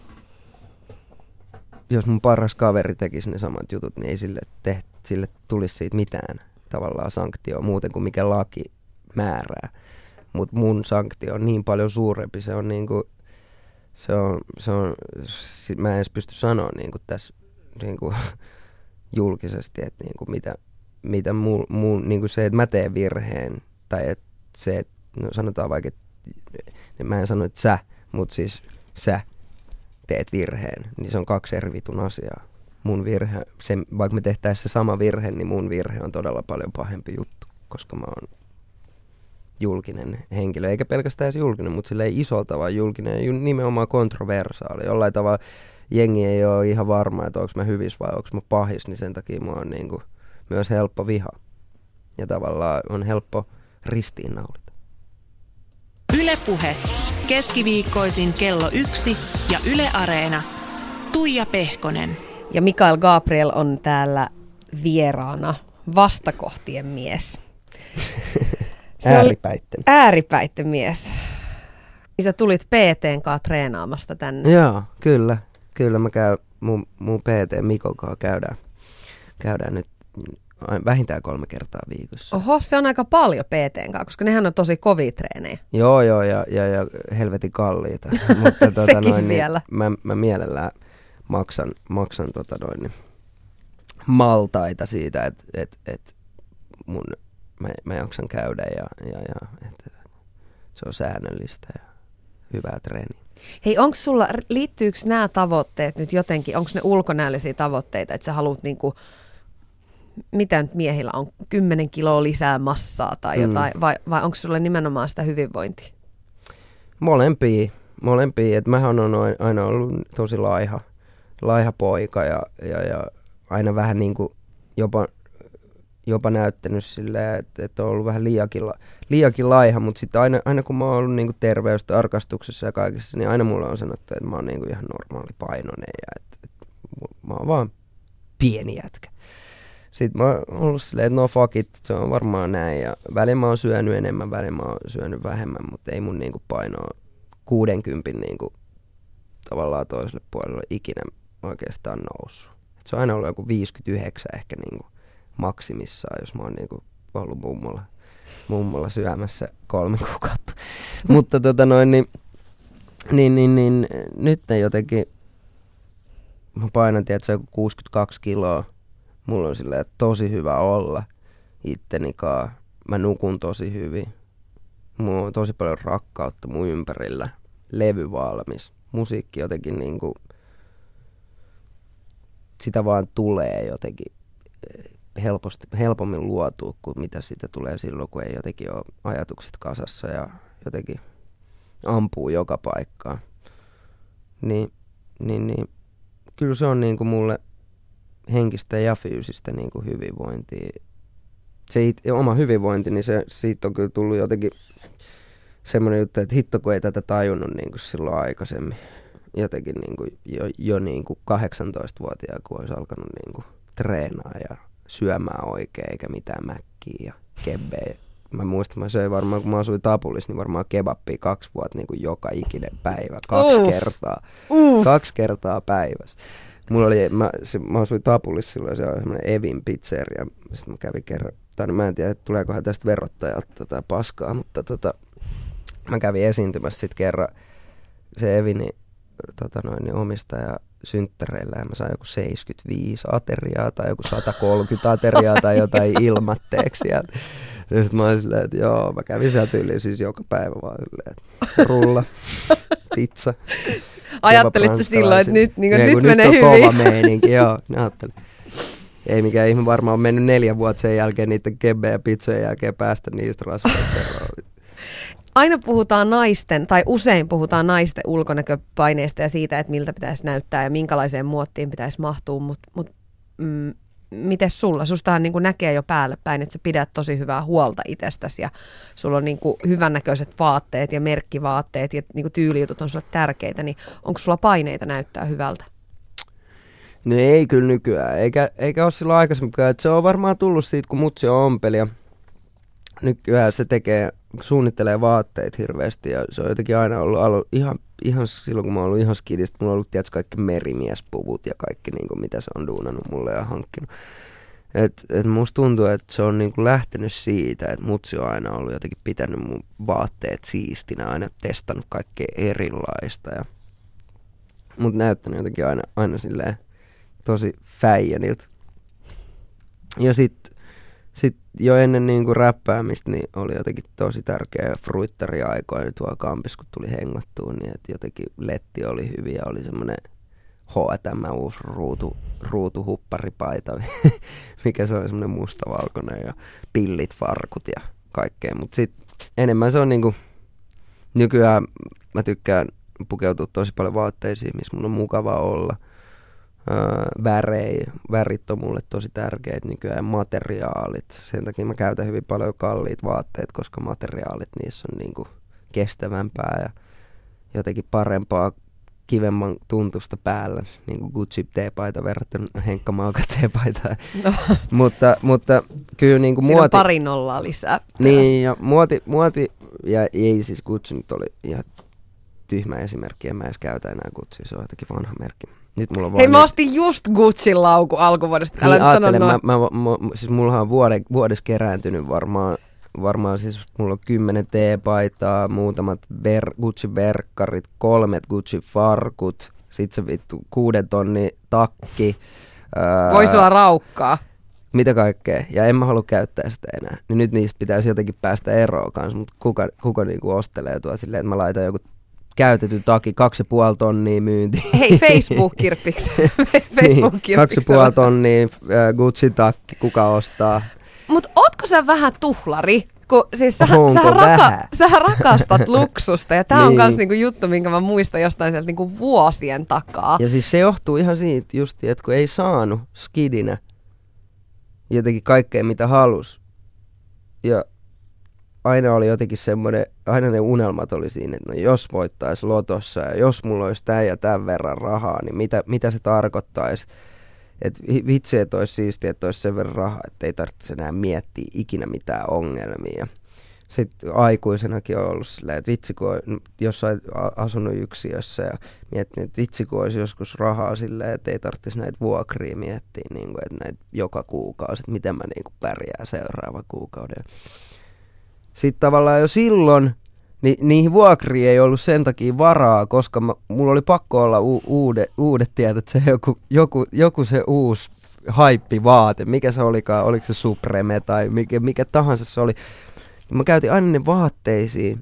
jos mun paras kaveri tekisi ne samat jutut, niin ei sille, te, sille tulisi siitä mitään tavallaan sanktioa muuten kuin mikä laki määrää. Mutta mun sanktio on niin paljon suurempi, se on niinku, se on, se on, mä en edes pysty sanoa niinku tässä niinku julkisesti, että niinku mitä, mitä mu, mu, niinku se, että mä teen virheen, tai että se, että no sanotaan vaikka, että mä en sano, että sä, mutta siis sä teet virheen, niin se on kaksi eri vitun asiaa. Mun virhe, se, vaikka me tehtäisiin se sama virhe, niin mun virhe on todella paljon pahempi juttu, koska mä oon julkinen henkilö, eikä pelkästään edes julkinen, mutta silleen isolta vaan julkinen ja nimenomaan kontroversaali. Jollain tavalla jengi ei ole ihan varma, että onko mä hyvis vai onko mä pahis, niin sen takia mä oon niinku myös helppo viha. Ja tavallaan on helppo ristiinnaulita. Yle Puhe. Keskiviikkoisin kello yksi ja Yle Areena. Tuija Pehkonen. Ja Mikael Gabriel on täällä vieraana, vastakohtien mies. Ääripäitten. Ääripäitten mies. Sä tulit P T:n kanssa treenaamasta tänne. Joo, kyllä. Kyllä mä käyn, mun, mun P T Mikon kanssa käydään, käydään nyt vähintään kolme kertaa viikossa. Oho, se on aika paljon P T:n kanssa, koska nehän on tosi kovia treenejä. Joo, joo, ja, ja, ja helvetin kalliita. Mutta tuota, Sekin noin, vielä. Niin, mä, mä mielellään maksan, maksan tota noin, niin, maltaita siitä, että et, et mun... Mä, mä jaksan käydä ja, ja, ja et, se on säännöllistä ja hyvää treeniä. Hei, onko sulla, liittyykö nämä tavoitteet nyt jotenkin, onko ne ulkonäöllisiä tavoitteita, että sä haluat niinku, mitä nyt miehillä on, kymmenen kiloa lisää massaa tai jotain, mm. vai, vai onko sulla nimenomaan sitä hyvinvointia? Molempia, molempia, että mähän on aina ollut tosi laiha, laiha poika ja, ja, ja aina vähän niin kuin jopa, jopa näyttänyt silleen, että, että on ollut vähän liiakin, liiakin laiha, mutta sitten aina, aina kun mä oon ollut niin kuin terveystarkastuksessa ja kaikessa, niin aina mulle on sanottu, että mä oon niin kuin ihan normaali painoinen ja että, että mä oon vaan pieni jätkä. Sitten mä oon ollut silleen, että no fuck it, se on varmaan näin ja välillä mä oon syönyt enemmän, välillä mä oon syönyt vähemmän, mutta ei mun niin kuin painoa kuudenkympin niin kuin tavallaan toiselle puolelle ikinä oikeastaan noussut. Et se on aina ollut joku viisikymmentäyhdeksän ehkä niinku maksimissaan, jos mä oon niinku ollut mummolla, mummolla syömässä kolme kuukautta. Mutta tota noin, niin, niin, niin, niin nyt ne jotenkin, mä painan tiedätkö joku kuusikymmentäkaksi kiloa. Mulla on silleen tosi hyvä olla ittenikaan. Mä nukun tosi hyvin. Mulla on tosi paljon rakkautta mun ympärillä. Levy valmis. Musiikki jotenkin niinku, sitä vaan tulee jotenkin helposti, helpommin luotua kuin mitä siitä tulee silloin, kun ei jotenkin ole ajatukset kasassa ja jotenkin ampuu joka paikkaan. Niin, niin, niin kyllä se on niinku mulle henkistä ja fyysistä niinku hyvinvointia. Se it, oma hyvinvointi, niin se, siitä on kyllä tullut jotenkin semmoinen juttu, että hitto kun ei tätä tajunnut niinku silloin aikaisemmin. Jotenkin niinku jo, jo niinku kahdeksantoistavuotiaan, kun olisi alkanut niinku treenaa ja syömään oikein eikä mitään mäkkiä ja kebbeä. Mä muistan, mä söin varmaan, kun mä asuin Tapulissa, niin varmaan kebappia kaksi vuotta niin kuin joka ikinen päivä, kaksi uh. kertaa. Uh. Kaksi kertaa päivässä. Mulla oli, mä, se, mä asuin Tapulissa silloin, se oli semmoinen Evin pizzeria. Sitten mä kävin kerran, tai mä en tiedä, että tuleekohan tästä verottajalta tätä paskaa, mutta tota, mä kävin esiintymässä sitten kerran se Evin tota noin, niin omistaja synttäreillä ja mä sain joku seitsemänkymmentäviisi ateriaa tai joku sata kolmekymmentä ateriaa tai jotain ilmatteeksi. Ja sitten mä olin silleen, että joo, mä kävin sieltä yli siis joka päivä vaan silleen, että rulla, pizza. Ajattelitko silloin, että nyt, niin ja, nyt menee nyt hyvin? Nyt on kova meininki, joo. Ne ajattelin. Ei mikään ihme, varmaan on mennyt neljä vuotta sen jälkeen niiden kebbe ja pizzojen jälkeen päästä niistä rasvoista eroon. Aina puhutaan naisten, tai usein puhutaan naisten ulkonäköpaineista ja siitä, että miltä pitäisi näyttää ja minkälaiseen muottiin pitäisi mahtua, mutta mut, mm, miten sulla? Sustahan niin kuin näkee jo päälle päin, että sä pidät tosi hyvää huolta itsestäsi ja sulla on niin kuin hyvännäköiset vaatteet ja merkkivaatteet ja niin kuin tyylijutut on sulle tärkeitä, niin onko sulla paineita näyttää hyvältä? No ei kyllä nykyään, eikä, eikä ole silloin aikaisemminkaan, että se on varmaan tullut siitä, kun mutsi on ompelija. Nykyään se tekee, suunnittelee vaatteet hirveästi ja se on jotenkin aina ollut, ollut ihan, ihan silloin, kun mä oon ollut ihan skidistä, mulla on ollut tietysti kaikki merimiespuvut ja kaikki niin kuin, mitä se on duunannut mulle ja hankkinut. Et, et musta tuntuu, että se on niin kuin lähtenyt siitä, että mutsi on aina ollut jotenkin pitänyt mun vaatteet siistinä, aina testannut kaikkea erilaista. Ja, mut näyttänyt jotenkin aina, aina silleen tosi fäijäniltä. Ja sit Sitten jo ennen niin kuin räppäämistä niin oli jotenkin tosi tärkeä fruittariaikoina tuolla kampissa, kun tuli hengattua, niin että jotenkin letti oli hyviä, oli semmoinen H and M uusi ruutu, ruutuhupparipaita, mikä se oli semmoinen mustavalkoinen ja pillit, farkut ja kaikkea. Mutta sitten enemmän se on niin kuin, nykyään mä tykkään pukeutua tosi paljon vaatteisiin, missä mun on mukava olla. Uh, värejä. Värit on mulle tosi tärkeitä nykyään, materiaalit. Sen takia mä käytän hyvin paljon kalliita vaatteet, koska materiaalit niissä on niinku kestävämpää ja jotenkin parempaa, kivemman tuntusta päällä, niin kuin Gucci teepaita verrattuna Henkka Mauka teepaitaan. No. mutta, mutta kyllä niin kuin siinä muoti... on pari nollaa lisää. Niin, ja muoti, muoti, ja ei siis Gucci nyt oli ihan tyhmä esimerkki, en mä edes käytä enää Gucci, se on jotenkin vanha merkki. Nyt mulla on Hei, mä nyt... ostin just Gucciin lauku alkuvuodesta. Älä niin, nyt sano noin. Mä, mä, mä, siis mulla on vuode, vuodessa kerääntynyt varmaan, varmaan siis mulla on kymmenen teepaitaa, muutamat ver, Gucci-verkkarit, kolmet Gucci-farkut, sit se vittu kuuden tonni takki. Ää, Voi sua raukkaa. Mitä kaikkea, ja en mä halua käyttää sitä enää. Niin nyt niistä pitäisi jotenkin päästä eroon kanssa, mutta kuka, kuka niinku ostelee tuo silleen, että mä laitan joku käytetty taki, kaksi ja puoli tonnia myyntiin. Hei, Facebook-kirppiksi. Facebook-kirppiksi. Niin, kaksi ja puoli tonnia, äh, Gucci-takki, kuka ostaa? Mutta ootko sä vähän tuhlari, Kun, siis sä, sä, raka, sä rakastat luksusta ja tää niin. on kans niinku juttu, minkä mä muistan jostain sieltä niinku vuosien takaa. Ja siis se johtuu ihan siitä just, että kun ei saanut skidinä jotenkin kaikkea mitä halus. Ja aina oli jotenkin semmoinen, aina ne unelmat oli siinä, että no jos voittaisi lotossa ja jos mulla olisi tämän ja tämän verran rahaa, niin mitä, mitä se tarkoittaisi. Että vitsi, että olisi siistiä, että olisi sen verran rahaa, että ei tarvitse enää miettiä ikinä mitään ongelmia. Sitten aikuisenakin on ollut silleen, että vitsi, kun on jossain asunut yksiössä ja miettinyt, että vitsi, kun olisi joskus rahaa silleen, että ei tarvitsisi näitä vuokria miettiä, niin kuin, että näitä joka kuukausi, että miten mä niin kuin pärjään seuraava kuukauden. Sitten tavallaan jo silloin ni, niihin vuokriin ei ollut sen takia varaa, koska mä, mulla oli pakko olla u, uude, uudet tiedot, se joku, joku, joku se uusi haippivaate, mikä se olikaan, oliko se Supreme tai mikä, mikä tahansa se oli. Mä käytin aina ne vaatteisiin,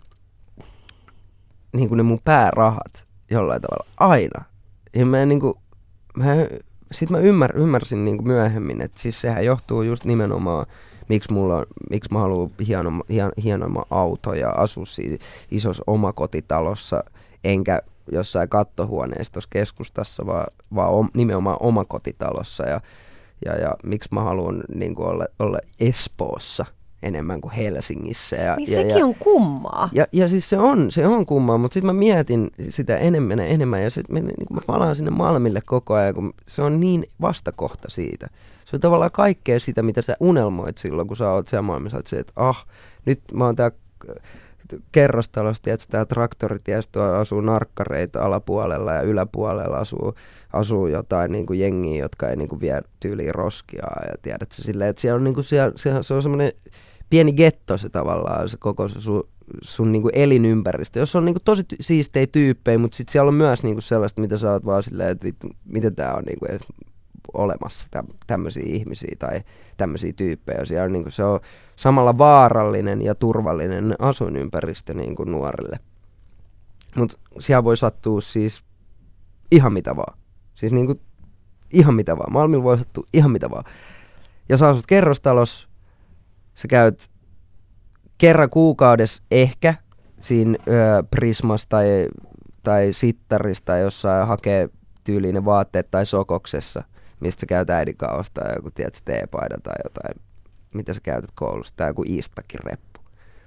niin kuin ne mun päärahat jollain tavalla, aina. Ja mä niin kuin, mä, sit mä ymmär, ymmärsin niin kuin myöhemmin, että siis sehän johtuu just nimenomaan, miksi mulla on, miksi mä haluan hieno, hien, hienoimman auto ja asua siinä isossa omakotitalossa, enkä jossain kattohuoneistossa keskustassa, vaan, vaan om, nimenomaan omakotitalossa. Ja, ja, ja miksi mä haluan niin kuin olla, olla Espoossa enemmän kuin Helsingissä. Ja, niin ja, sekin ja, on kummaa. Ja, ja siis se on, se on kummaa, mutta sitten mä mietin sitä enemmän ja enemmän, ja sitten niin mä palaan sinne Malmille koko ajan, kun se on niin vastakohta siitä. Se on tavallaan kaikkea sitä, mitä sä unelmoit silloin, kun sä oot siellä maailmassa, että, että ah, nyt mä oon tää kerrostalossa, tiedätkö, tää traktorities, tuo asuu narkkareita alapuolella ja yläpuolella asuu, asuu jotain niin kuin jengiä, jotka ei niin kuin vie tyyliin roskia, ja tiedätkö, silleen, että siellä on, niin kuin, siellä, siellä, se on semmoinen pieni getto se tavallaan, se koko se sun, sun niin kuin elinympäristö, jos on niin kuin tosi ty- siistejä tyyppejä, mutta sitten siellä on myös niin kuin sellaista, mitä sä oot vaan silleen, että vittu, miten tää on niin kuin olemassa, tä- tämmöisiä ihmisiä tai tämmöisiä tyyppejä. Siellä on, niin kuin, se on samalla vaarallinen ja turvallinen asuinympäristö niin kuin nuorille. Mutta siellä voi sattua siis ihan mitä vaan. Siis niin kuin ihan mitä vaan. Malmilla voi sattua ihan mitä vaan. Jos asut kerrostalossa, sä käyt kerran kuukaudessa ehkä siinä ö, Prismassa tai, tai Sittarissa tai jossain hakee tyyliin ne vaatteet tai Sokoksessa, mistä sä käyt äidin kanssa tai joku tiedät, teepaida tai jotain, mitä sä käytät koulussa, tai joku Eastbackin reppu.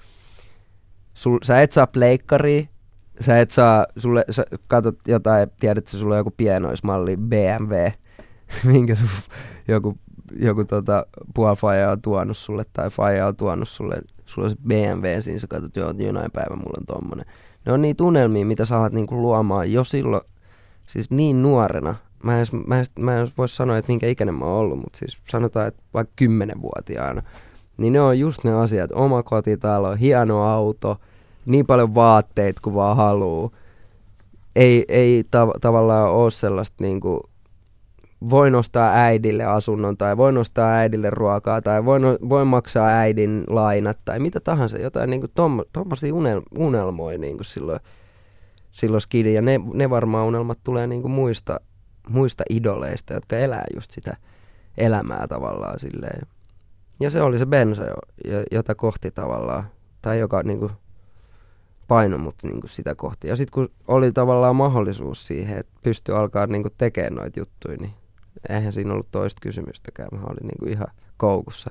Sul, sä et saa pleikkaria, sä et saa, sulle, sä katot jotain, tiedät, että sulla on joku pienoismalli B M W, minkä sun joku joku tota, puolifaija on tuonut sulle tai faija on tuonut sulle, sulla on se B M W siinä, sä katsot, joo, jonain päivä mulla on tommonen. Ne on niitä unelmia, mitä sä alat niinku luomaan jo silloin, siis niin nuorena. Mä en, mä en, mä en vois sanoa, että minkä ikäinen mä oon ollut, mutta siis sanotaan, että vaikka kymmenvuotiaana. Niin ne on just ne asiat, oma kotitalo, hieno auto, niin paljon vaatteita kuin vaan haluu. Ei, ei tav- tavallaan ole sellaista niinku, voin ostaa äidille asunnon tai voin ostaa äidille ruokaa tai voin, voin maksaa äidin lainat tai mitä tahansa. Jotain niinku tommosia unel, unelmoi niinku silloin, silloin skidi. Ja ne, ne varmaan unelmat tulee niinku muista, muista idoleista, jotka elää just sitä elämää tavallaan silleen. Ja se oli se bensa, jota kohti tavallaan, tai joka niinku paino mut niinku sitä kohti. Ja sitten kun oli tavallaan mahdollisuus siihen, että pystyi alkaa niinku tekemään noita juttuja, niin eihän siinä ollut toista kysymystäkään. Mä olin niinku ihan koukussa.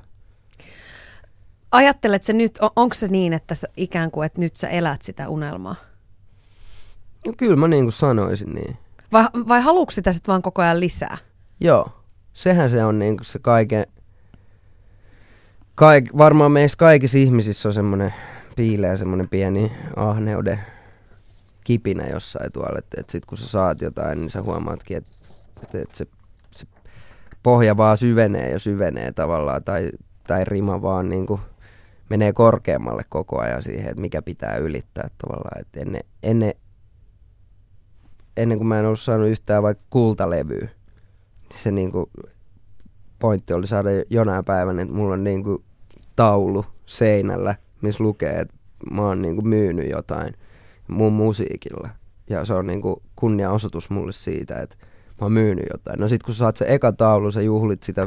Ajattelet se nyt, on, onko se niin, että sä, ikään kuin, että nyt sä elät sitä unelmaa? No kyllä mä niinku sanoisin niin. Vai, vai haluatko sitä sitten vaan koko ajan lisää? Joo, sehän se on niinku se kaiken, kaik, varmaan meissä kaikissa ihmisissä on semmoinen, piilee semmoinen pieni ahneuden kipinä jossain tuolla, että et sit kun sä saat jotain, niin sä huomaatkin, että et, et se, se pohja vaan syvenee ja syvenee tavallaan, tai, tai rima vaan niinku menee korkeammalle koko ajan siihen, että mikä pitää ylittää tavallaan, että ennen, ennen, ennen kuin mä en ollut saanut yhtään vaikka kultalevyä, niin se niinku pointti oli saada jonain päivänä, että mulla on niinku taulu seinällä, missä lukee, että mä oon niinku myynyt jotain mun musiikilla. Ja se on niinku kunniaosoitus mulle siitä, että mä oon myynyt jotain. No sit kun sä saat se eka taulu, sä juhlit sitä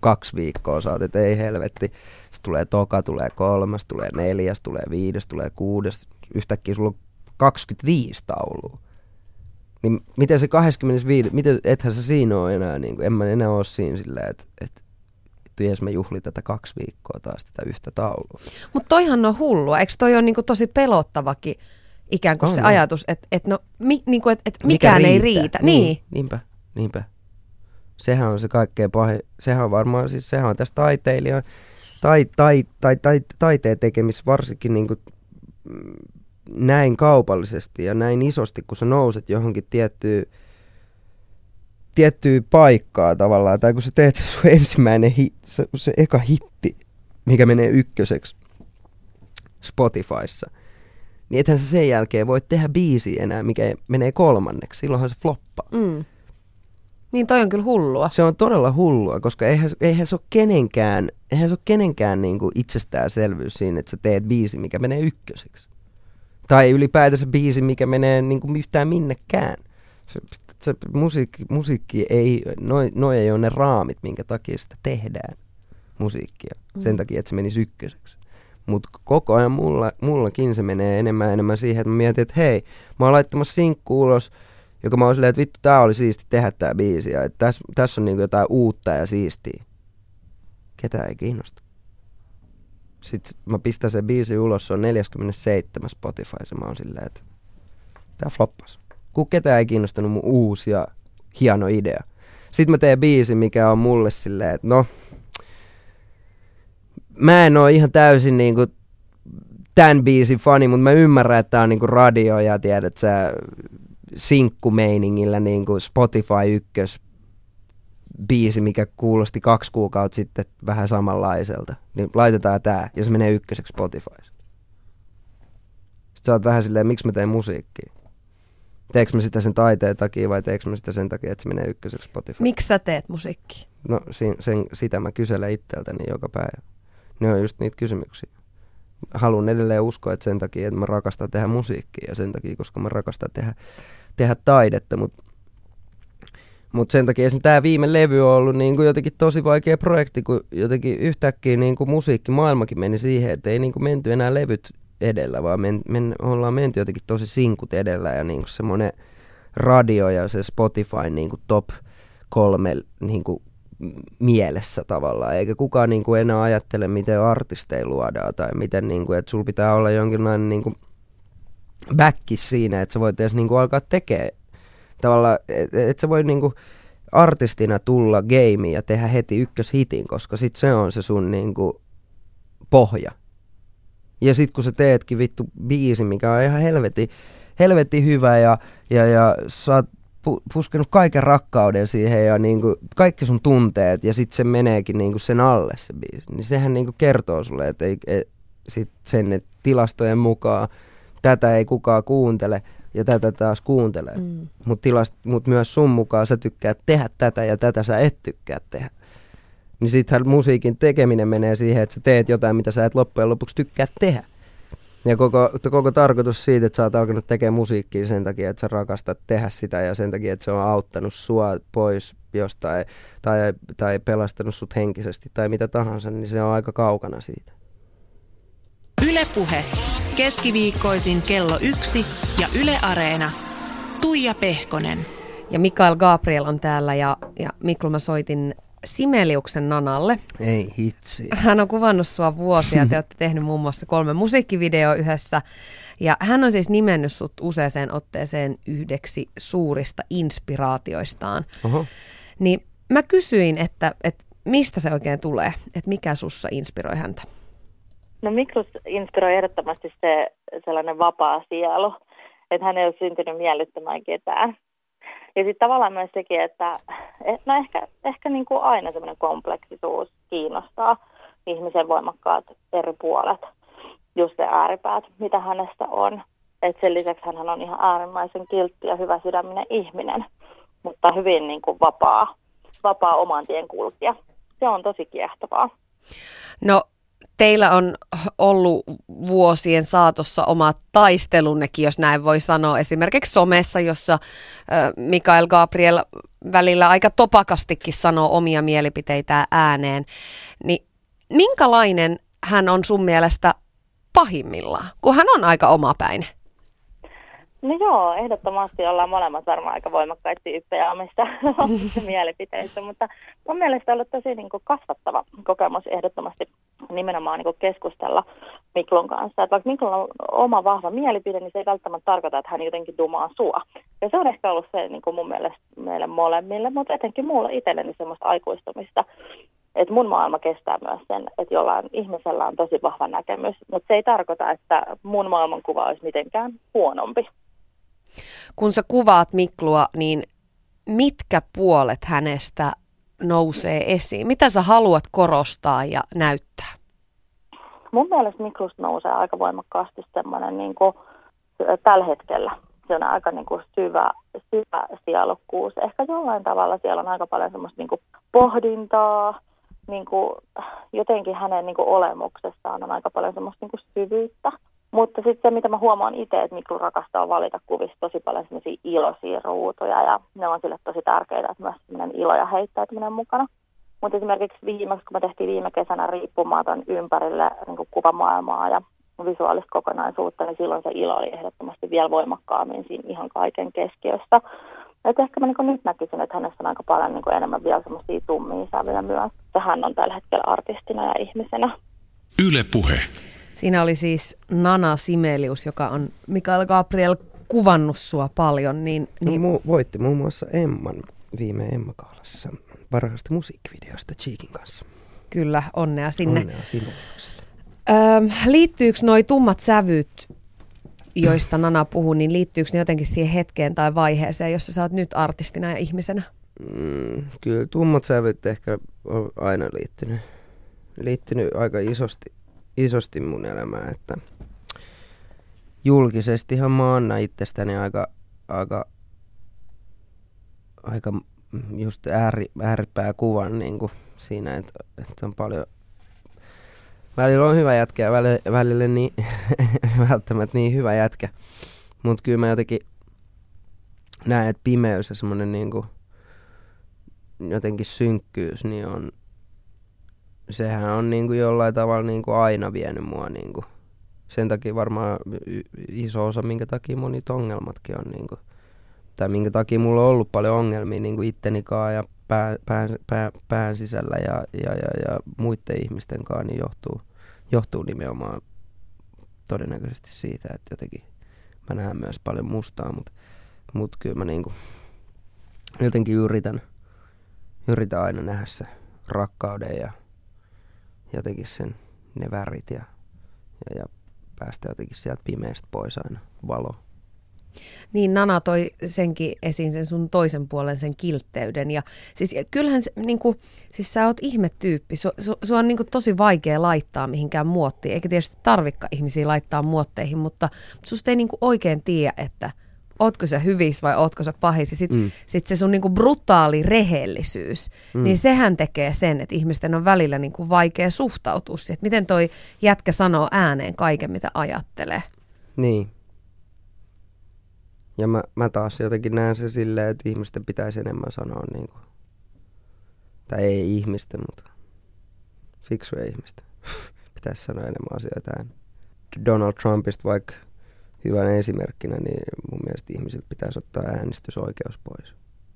kaksi viikkoa, sä oot, että ei helvetti. Sitten tulee toka, tulee kolmas, tulee neljäs, tulee viides, tulee kuudes. Yhtäkkiä sulla on kaksikymmentäviisi taulua. Niin miten se kaksikymmentäviisi, miten, ethän se siinä ole enää, niin kuin, en mä enää ole siinä silleen, että et, ties mä juhlin tätä kaksi viikkoa taas tätä yhtä taulua. Mutta toihan on hullua, eikö toi ole niinku tosi pelottavakin ikään kuin on, se no. ajatus, että et no, mi, niinku, et, et mikään ei riitä. Niin, niin. Niinpä, niinpä. Sehän on se kaikkein pahin, sehän on varmaan, siis sehän on tässä taiteilijan, tai, tai, tai, tai, taiteen tekemissä varsinkin niinku, näin kaupallisesti ja näin isosti, kun sä nouset johonkin tiettyyn tiettyä paikkaa tavallaan, tai kun sä teet se sun ensimmäinen hit, se, se eka hitti, mikä menee ykköseksi Spotifyssa, niin ethän sä sen jälkeen voi tehdä biisiä enää, mikä menee kolmanneksi. Silloinhan se floppaa. Mm. Niin toi on kyllä hullua. Se on todella hullua, koska eihän, eihän se ole kenenkään, eihän se ole kenenkään niinku itsestäänselvyys siinä, että sä teet biisi, mikä menee ykköseksi. Tai ylipäätänsä biisi, mikä menee niinku yhtään minnekään. Se, se musiikki, musiikki ei, noi, noi ei ole ne raamit, minkä takia sitä tehdään musiikkia. Mm. Sen takia, että se menisi ykköseksi. Mutta koko ajan mulla, mullakin se menee enemmän ja enemmän siihen, että mä mietin, että hei, mä oon laittamassa sinkku ulos, joka mä oon silleen, että vittu, tää oli siisti tehdä tää biisi. Että tässä täs on niinku jotain uutta ja siistiä. Ketään ei kiinnosta. Sitten mä pistän sen biisi ulos, se on neljäkymmentäseitsemän Spotifyssa. Mä oon silleen, että tää floppas. Kun ketään ei kiinnostanut mun uusi ja hieno idea. Sitten mä teen biisi, mikä on mulle silleen, että no, mä en oo ihan täysin niinku tän biisin fani, mutta mä ymmärrän, että tää on niinku radio ja tiedät sä sinkkumeiningillä niinku Spotify ykkös biisi, mikä kuulosti kaksi kuukautta sitten vähän samanlaiselta. Niin laitetaan tää ja se menee ykköseksi Spotifyssa. Sitten sä oot vähän silleen, miksi mä teen musiikkia? Teekö mä sitä sen taiteen takia vai teekö mä sitä sen takia, että se menee ykköseksi Spotify? Miksi sä teet musiikkia? No sen, sen, sitä mä kyselen itseltäni joka päivä. Ne on just niitä kysymyksiä. Haluan edelleen uskoa, että sen takia, että mä rakastan tehdä musiikkia ja sen takia, koska mä rakastan tehdä, tehdä taidetta, mutta mut sen takia esimerkiksi tämä viime levy on ollut niin kuin jotenkin tosi vaikea projekti, kun jotenkin yhtäkkiä niin kuin musiikkimaailmakin meni siihen, että ei niin kuin menty enää levyt edellä, vaan men, men, ollaan menty jotenkin tosi sinkut edellä ja niin kuin semmoinen radio ja se Spotify niin kuin top kolme niin kuin mielessä tavallaan, eikä kukaan niin kuin enää ajattele, miten artisteja luodaan tai miten, niin kuin, että sulla pitää olla jonkinlainen niin kuin backis siinä, että sä voit edes niin kuin alkaa tekemään tavallaan, että et sä voi niin kuin artistina tulla gameen ja tehdä heti ykköshitin, koska sit se on se sun niin kuin pohja. Ja sit kun sä teetkin vittu biisi, mikä on ihan helvetin, helvetin hyvä ja, ja, ja sä oot pu, puskenut kaiken rakkauden siihen ja niinku kaikki sun tunteet ja sit se meneekin niinku sen alle se biisi, niin sehän niinku kertoo sulle, että ei, ei, sit sen et tilastojen mukaan tätä ei kukaan kuuntele ja tätä taas kuuntelee. Mm. Mutta mut myös sun mukaan sä tykkäät tehdä tätä ja tätä sä et tykkää tehdä. Niin sittenhän musiikin tekeminen menee siihen, että sä teet jotain, mitä sä et loppujen lopuksi tykkää tehdä. Ja koko, koko tarkoitus siitä, että sä oot alkanut tekemään musiikkia sen takia, että sä rakastat tehdä sitä ja sen takia, että se on auttanut sua pois jostain tai, tai pelastanut sut henkisesti tai mitä tahansa, niin se on aika kaukana siitä. Yle Puhe. Keskiviikkoisin kello yksi ja Yle Areena. Tuija Pehkonen. Ja Mikael Gabriel on täällä ja, ja Miklu mä soitin Sibeliuksen Nanalle. Ei hitsi. Hän on kuvannut sua vuosia. Te olette tehnyt muun muassa kolme musiikkivideoa yhdessä. Ja hän on siis nimennyt sut useaseen otteeseen yhdeksi suurista inspiraatioistaan. Oho. Niin mä kysyin, että, että mistä se oikein tulee? Että mikä sussa inspiroi häntä? No Miklus inspiroi ehdottomasti se sellainen vapaa sielu, että hän ei ole syntynyt miellyttämään ketään. Ja sitten tavallaan myös sekin, että no ehkä, ehkä niin kuin aina semmoinen kompleksisuus kiinnostaa ihmisen voimakkaat eri puolet, just se ääripäät, mitä hänestä on. Et sen lisäksi hän on ihan äärimmäisen kiltti ja hyvä sydäminen ihminen, mutta hyvin niin kuin vapaa, vapaa oman tien kulkija. Se on tosi kiehtovaa. No teillä on ollut vuosien saatossa omat taistelunnekin, jos näin voi sanoa, esimerkiksi somessa, jossa Mikael Gabriel välillä aika topakastikin sanoo omia mielipiteitään ääneen. Niin minkälainen hän on sun mielestä pahimmillaan, kun hän on aika omapäinen? No joo, ehdottomasti ollaan molemmat varmaan aika voimakkaita tyyppejä omissa, omissa mielipiteissä, mutta mun mielestä on ollut tosi niin kuin kasvattava kokemus ehdottomasti nimenomaan niin kuin keskustella Miklun kanssa. Että vaikka Miklulla on oma vahva mielipide, niin se ei välttämättä tarkoita, että hän jotenkin dumaa sua. Ja se on ehkä ollut se niin kuin mun mielestä meille molemmille, mutta etenkin mulle itselleni semmoista aikuistumista. Että mun maailma kestää myös sen, että jollain ihmisellä on tosi vahva näkemys, mutta se ei tarkoita, että mun maailmankuva olisi mitenkään huonompi. Kun sä kuvaat Miklua, niin mitkä puolet hänestä nousee esiin? Mitä sä haluat korostaa ja näyttää? Mun mielestä Miklusta nousee aika voimakkaasti semmoinen niin kuin tällä hetkellä. Se on aika niin kuin syvä, syvä sielukkuus. Ehkä jollain tavalla siellä on aika paljon semmoista niin kuin pohdintaa. Niin kuin, jotenkin hänen niin kuin olemuksessaan on aika paljon semmoista niin kuin syvyyttä. Mutta sitten se, mitä mä huomaan itse, että Miklu rakastaa valita kuvista tosi paljon semmoisia iloisia ruutuja ja ne on sille tosi tärkeitä, että myös semmoinen ilo ja heittäytyminen mukana. Mutta esimerkiksi viimeksi, kun me tehtiin viime kesänä riippumaton ympärille niin kuin kuvamaailmaa ja visuaalista kokonaisuutta, niin silloin se ilo oli ehdottomasti vielä voimakkaammin siinä ihan kaiken keskiössä. Että ehkä mä niin nyt näkisin, että hänessä on aika paljon niin enemmän vielä semmoisia tummia sävyjä myös. Hän on tällä hetkellä artistina ja ihmisenä. Yle Puhe. Siinä oli siis Nana Simelius, joka on Mikael Gabriel kuvannut sua paljon. Niin, niin... No, mu- voitti muun muassa Emman viime Emma-kaalassa parhaasta musiikkivideosta Cheekin kanssa. Kyllä, onnea sinne. Onnea sinulle. Öö, liittyykö noi tummat sävyt, joista Nana puhuu, niin liittyykö ne jotenkin siihen hetkeen tai vaiheeseen, jossa sä oot nyt artistina ja ihmisenä? Mm, kyllä tummat sävyt ehkä on aina liittynyt, liittynyt aika isosti, isosti mun elämään, että julkisestihan mä annan itsestäni aika, aika, aika just ääri, ääripää kuvan niin kuin siinä, että, että on paljon, välillä on hyvä jätkä ja välillä, välillä niin, välttämättä niin hyvä jätkä, mutta kyllä mä jotenkin näen, että pimeys ja semmoinen niin kuin jotenkin synkkyys, niin on, sehän on niin kuin jollain tavalla niin kuin aina vienyt mua. Niin kuin. Sen takia varmaan iso osa, minkä takia monet ongelmatkin on, niin kuin, tai minkä takia mulla on ollut paljon ongelmia niin kuin ittenikaan ja pää, pää, pää, pään sisällä ja, ja, ja, ja muiden ihmisten kanssa, niin johtuu, johtuu nimenomaan todennäköisesti siitä, että jotenkin mä näen myös paljon mustaa, mutta mut kyllä mä niin kuin jotenkin yritän, yritän aina nähdä se rakkauden ja jotenkin sen, ne värit ja, ja, ja päästä jotenkin sieltä pimeästä pois aina valo. Niin, Nana toi senkin esiin, sen sun toisen puolen, sen kiltteyden. Ja siis kyllähän se, niin kuin, siis sä oot ihmetyyppi. Su, su, sua on niin kuin tosi vaikea laittaa mihinkään muottiin, eikä tietysti tarvikka ihmisiä laittaa muotteihin, mutta susta ei niin kuin oikein tiedä, että ootko sä hyvis vai ootko sä pahis. Ja sit, mm. sit se sun niin kuin brutaali rehellisyys, mm. niin sehän tekee sen, että ihmisten on välillä niin kuin vaikea suhtautua siihen, että miten toi jätkä sanoo ääneen kaiken, mitä ajattelee. Niin. Ja mä, mä taas jotenkin näen se silleen, että ihmisten pitäisi enemmän sanoa niin kuin, tai ei ihmisten, mutta fiksuja ihmisten pitäisi sanoa enemmän asioita ääneen. Donald Trumpista vaikka hyvänä esimerkkinä, niin mun mielestä ihmisiltä pitäisi ottaa äänestysoikeus pois.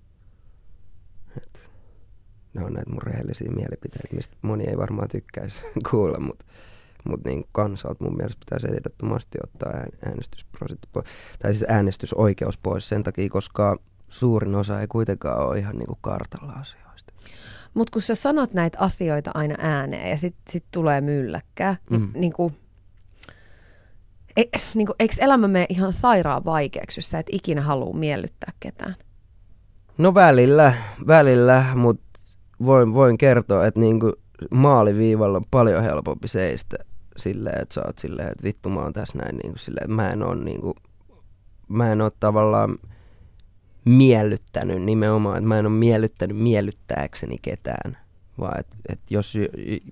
Et ne on näitä mun rehellisiä mielipiteitä, mistä moni ei varmaan tykkäisi kuulla, mutta mut niin kansalta mun mielestä pitäisi ehdottomasti ottaa äänestysprosentti pois, tai siis äänestysoikeus pois sen takia, koska suurin osa ei kuitenkaan ole ihan niin kuin kartalla asioista. Mutta kun sä sanot näitä asioita aina ääneen ja sitten sit tulee mylläkkää, mm. niin, niin kuin E, niin kuin, eikö elämä mene ihan sairaan vaikeaksi, jos sä et ikinä halua miellyttää ketään? No välillä, välillä, mutta voin, voin kertoa, että niin kuin maaliviivalla on paljon helpompi seistä silleen, että sä oot silleen, että vittu mä oon tässä näin, niin kuin silleen, että mä en ole, niin kuin, mä en ole tavallaan miellyttänyt nimenomaan, että mä en ole miellyttänyt miellyttääkseni ketään, vaan että et jos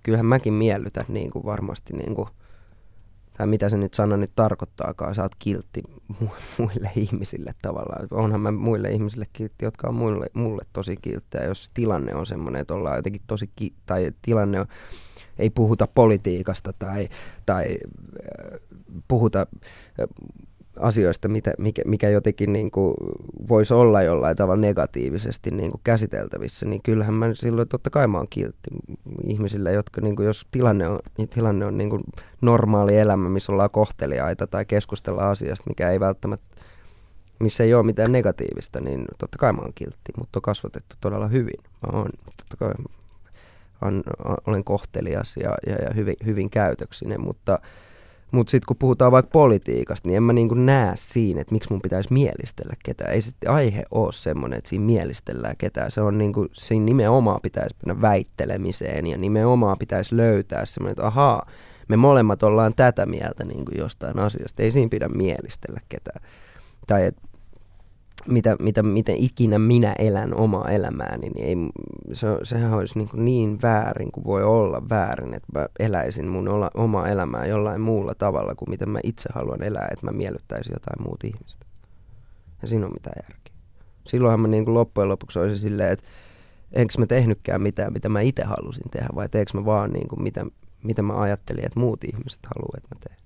kyllähän mäkin miellytän niin kuin varmasti, niin kuin, tai mitä se nyt sana nyt tarkoittaakaan, sä oot kiltti muille ihmisille tavallaan. Onhan mä muille ihmisille kiltti, jotka on mulle, mulle tosi kilttejä, jos tilanne on semmoinen, että ollaan jotenkin tosi, ki- tai tilanne on, ei puhuta politiikasta tai, tai äh, puhuta äh, asioista, mitä, mikä, mikä jotenkin niin kuin voisi olla jollain tavalla negatiivisesti niin kuin käsiteltävissä, niin kyllähän mä silloin totta kai mä oon kiltti ihmisille, jotka niin kuin, jos tilanne on, tilanne on niin kuin normaali elämä, missä ollaan kohteliaita tai keskustellaan asiasta, mikä ei välttämättä, missä ei ole mitään negatiivista, niin totta kai mä oon kiltti, mutta on kasvatettu todella hyvin. Mä oon, totta kai on, olen kohtelias ja, ja, ja hyvin, hyvin käytöksinen, mutta Mutta sitten kun puhutaan vaikka politiikasta, niin en mä niinku näe siinä, että miksi mun pitäisi mielistellä ketään. Ei sitten aihe ole semmoinen, että siinä mielistellään ketään. Se on niinku, siinä nimenomaan pitäisi mennä väittelemiseen ja nimenomaan pitäisi löytää semmoinen, että ahaa, me molemmat ollaan tätä mieltä niinku jostain asiasta. Ei siinä pidä mielistellä ketään. Tai että mitä, mitä, miten ikinä minä elän omaa elämääni, niin ei, se, sehän olisi niin, niin väärin kuin voi olla väärin, että mä eläisin mun olla, omaa elämää jollain muulla tavalla kuin miten mä itse haluan elää, että mä miellyttäisin jotain muuta ihmistä. Ja siinä on mitään järkeä. Silloinhan mä niin kuin loppujen lopuksi olisin silleen, että enkö mä tehnytkään mitään, mitä mä itse halusin tehdä, vai teekö mä vaan niin kuin mitä, mitä mä ajattelin, että muut ihmiset haluaa, että mä teen.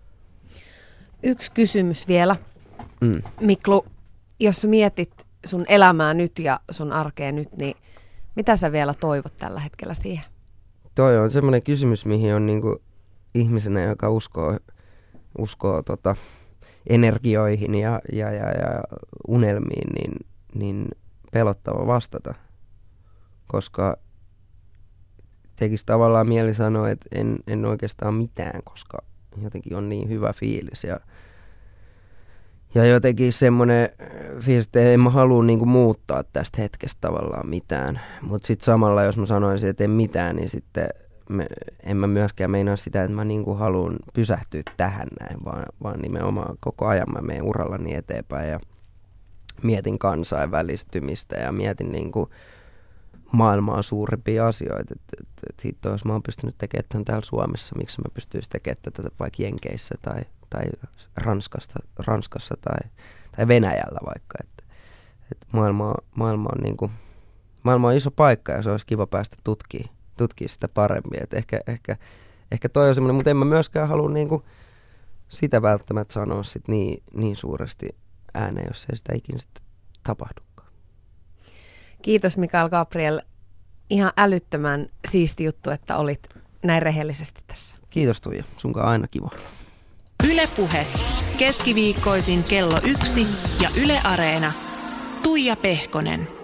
Yksi kysymys vielä. Mm. Miklu, jos mietit sun elämää nyt ja sun arkea nyt, niin mitä sä vielä toivot tällä hetkellä siihen? Toi on semmoinen kysymys, mihin on niinku ihmisenä, joka uskoo, uskoo tota energioihin ja, ja, ja, ja unelmiin, niin, niin pelottava vastata. Koska tekisi tavallaan mieli sanoa, että en, en oikeastaan mitään, koska jotenkin on niin hyvä fiilis ja Ja jotenkin semmoinen fiilis, että en mä halua niinku muuttaa tästä hetkestä tavallaan mitään. Mutta sitten samalla, jos mä sanoisin, että en mitään, niin sitten me, en mä myöskään meinaa sitä, että mä niinku haluan pysähtyä tähän näin, vaan, vaan nimenomaan koko ajan mä menen urallani eteenpäin ja mietin kansainvälistymistä ja mietin niinku maailmaa suurempia asioita. Että et, et hitto, jos mä oon pystynyt tekemään tämän täällä Suomessa, miksi mä pystyisin tekemään tätä vaikka Jenkeissä tai tai Ranskasta, Ranskassa tai, tai Venäjällä vaikka. Että, että maailma, maailma, on niin kuin, maailma on iso paikka ja se olisi kiva päästä tutkimaan, tutkimaan sitä paremmin. Että ehkä, ehkä, ehkä toi on semmoinen, mutta en mä myöskään halua niin kuin sitä välttämättä sanoa sit niin, niin suuresti ääneen, jos ei sitä ikinä sitten tapahdukaan. Kiitos Mikael Gabriel. Ihan älyttömän siisti juttu, että olit näin rehellisesti tässä. Kiitos Tuija, sunkaan aina kiva. Yle Puhe. Keskiviikkoisin kello yksi ja Yle Areena. Tuija Pehkonen.